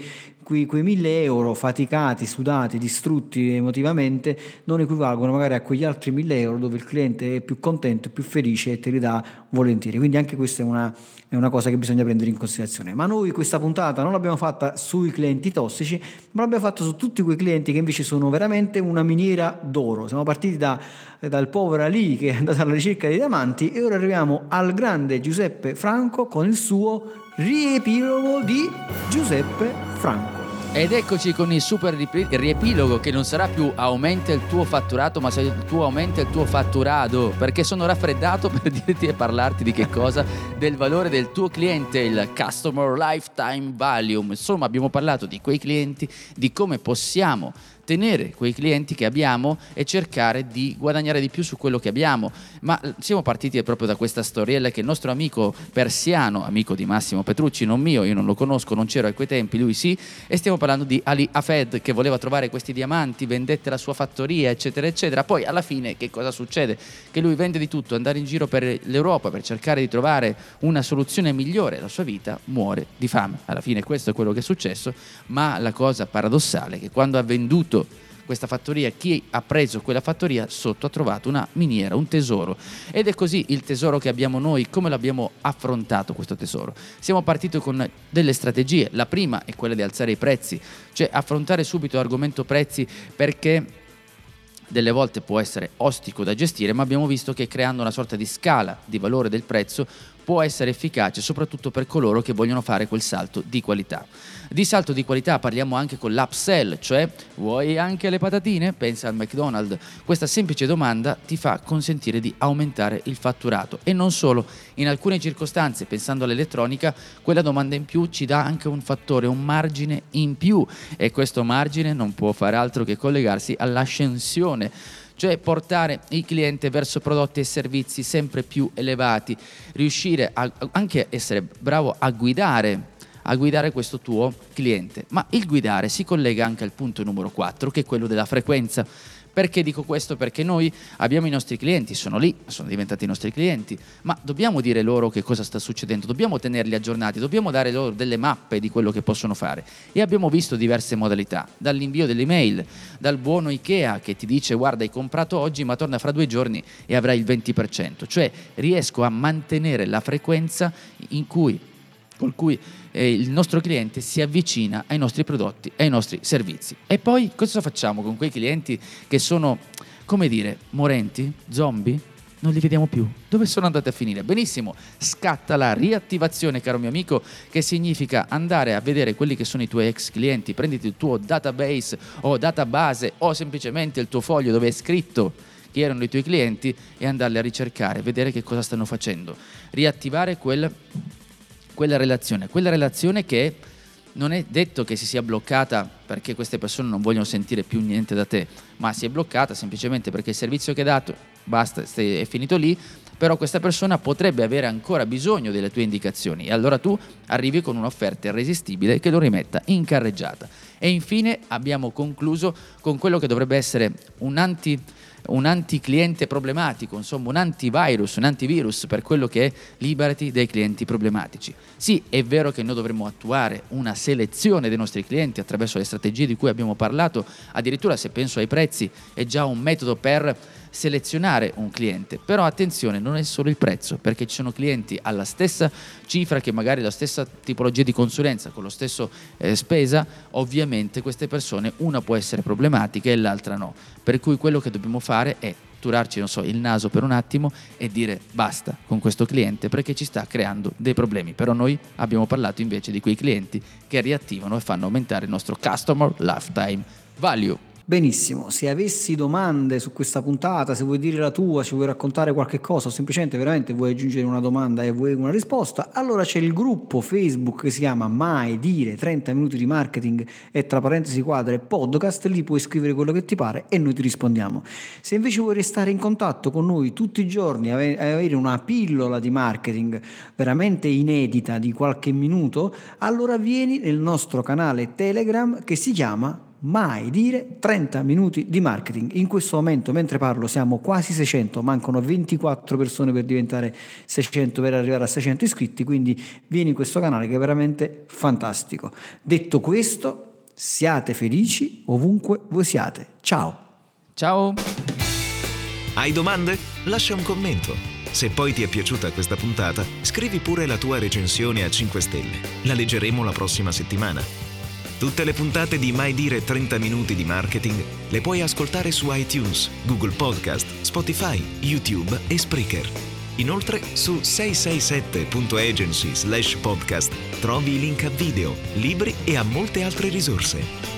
quei, quei mille euro faticati, sudati, distrutti emotivamente non equivalgono magari a quegli altri mille euro dove il cliente è più contento, più felice e te li dà volentieri. Quindi anche questa è una, è una cosa che bisogna prendere in considerazione. Ma noi questa puntata non l'abbiamo fatta sui clienti tossici, ma l'abbiamo fatta su tutti quei clienti che invece sono veramente una miniera d'oro. Siamo partiti da, dal povero Ali che è andato alla ricerca dei diamanti e ora arriviamo al grande Giuseppe Franco con il suo riepilogo di Giuseppe Franco. Ed eccoci con il super riepilogo che non sarà più aumenta il tuo fatturato, ma se tu aumenta il tuo fatturato, perché sono raffreddato per dirti e parlarti di che cosa? Del valore del tuo cliente, il Customer Lifetime Value. Insomma, abbiamo parlato di quei clienti, di come possiamo tenere quei clienti che abbiamo e cercare di guadagnare di più su quello che abbiamo. Ma siamo partiti proprio da questa storiella che il nostro amico persiano, amico di Massimo Petrucci, non mio, io non lo conosco, non c'ero a quei tempi, lui sì, e stiamo parlando di Ali Hafed che voleva trovare questi diamanti, vendette la sua fattoria, eccetera eccetera. Poi alla fine che cosa succede? Che lui vende di tutto, andare in giro per l'Europa per cercare di trovare una soluzione migliore alla sua vita, muore di fame. Alla fine questo è quello che è successo, ma la cosa paradossale è che quando ha venduto questa fattoria, chi ha preso quella fattoria sotto ha trovato una miniera, un tesoro. Ed è così il tesoro che abbiamo noi. Come l'abbiamo affrontato questo tesoro? Siamo partiti con delle strategie. La prima è quella di alzare i prezzi, cioè affrontare subito l'argomento prezzi, perché delle volte può essere ostico da gestire, ma abbiamo visto che creando una sorta di scala di valore del prezzo può essere efficace soprattutto per coloro che vogliono fare quel salto di qualità. Di salto di qualità parliamo anche con l'upsell, cioè vuoi anche le patatine? Pensa al McDonald's. Questa semplice domanda ti fa consentire di aumentare il fatturato e non solo, in alcune circostanze, pensando all'elettronica, quella domanda in più ci dà anche un fattore, un margine in più, e questo margine non può fare altro che collegarsi all'ascensione, cioè portare il cliente verso prodotti e servizi sempre più elevati, riuscire a, anche a essere bravo a guidare a guidare questo tuo cliente. Ma il guidare si collega anche al punto numero quattro, che è quello della frequenza. Perché dico questo? Perché noi abbiamo i nostri clienti, sono lì, sono diventati i nostri clienti, ma dobbiamo dire loro che cosa sta succedendo, dobbiamo tenerli aggiornati, dobbiamo dare loro delle mappe di quello che possono fare. E abbiamo visto diverse modalità, dall'invio delle mail, dal buono Ikea che ti dice guarda hai comprato oggi ma torna fra due giorni e avrai il venti per cento, cioè riesco a mantenere la frequenza in cui, con cui eh, il nostro cliente si avvicina ai nostri prodotti e ai nostri servizi. E poi cosa facciamo con quei clienti che sono, come dire, morenti, zombie? Non li vediamo più. Dove sono andati a finire? Benissimo, scatta la riattivazione, caro mio amico, che significa andare a vedere quelli che sono i tuoi ex clienti, prenditi il tuo database o database o semplicemente il tuo foglio dove è scritto chi erano i tuoi clienti e andarli a ricercare, vedere che cosa stanno facendo. Riattivare quel quella relazione, quella relazione che non è detto che si sia bloccata perché queste persone non vogliono sentire più niente da te, ma si è bloccata semplicemente perché il servizio che hai dato, basta, è finito lì, però questa persona potrebbe avere ancora bisogno delle tue indicazioni e allora tu arrivi con un'offerta irresistibile che lo rimetta in carreggiata. E infine abbiamo concluso con quello che dovrebbe essere un anti un anticliente problematico, insomma un antivirus, un antivirus per quello che è liberati dai clienti problematici. Sì, è vero che noi dovremmo attuare una selezione dei nostri clienti attraverso le strategie di cui abbiamo parlato, addirittura se penso ai prezzi è già un metodo per selezionare un cliente, però attenzione, non è solo il prezzo, perché ci sono clienti alla stessa cifra che magari la stessa tipologia di consulenza con lo stesso eh, spesa, ovviamente queste persone una può essere problematica e l'altra no, per cui quello che dobbiamo fare è turarci, non so, il naso per un attimo e dire basta con questo cliente perché ci sta creando dei problemi. Però noi abbiamo parlato invece di quei clienti che riattivano e fanno aumentare il nostro Customer Lifetime Value. Benissimo, se avessi domande su questa puntata, se vuoi dire la tua, ci vuoi raccontare qualche cosa o semplicemente veramente vuoi aggiungere una domanda e vuoi una risposta, allora c'è il gruppo Facebook che si chiama Mai Dire trenta minuti di marketing e tra parentesi quadre podcast, lì puoi scrivere quello che ti pare e noi ti rispondiamo. Se invece vuoi restare in contatto con noi tutti i giorni e avere una pillola di marketing veramente inedita di qualche minuto, allora vieni nel nostro canale Telegram che si chiama Mai Dire trenta minuti di marketing. In questo momento mentre parlo siamo quasi seicento, mancano ventiquattro persone per diventare seicento, per arrivare a seicento iscritti, quindi vieni in questo canale che è veramente fantastico. Detto questo, siate felici ovunque voi siate. Ciao! Ciao! Hai domande? Lascia un commento. Se poi ti è piaciuta questa puntata, scrivi pure la tua recensione a cinque stelle. La leggeremo la prossima settimana. Tutte le puntate di Mai Dire trenta minuti di marketing le puoi ascoltare su iTunes, Google Podcast, Spotify, YouTube e Spreaker. Inoltre su sei sei sette punto agency slash podcast trovi i link a video, libri e a molte altre risorse.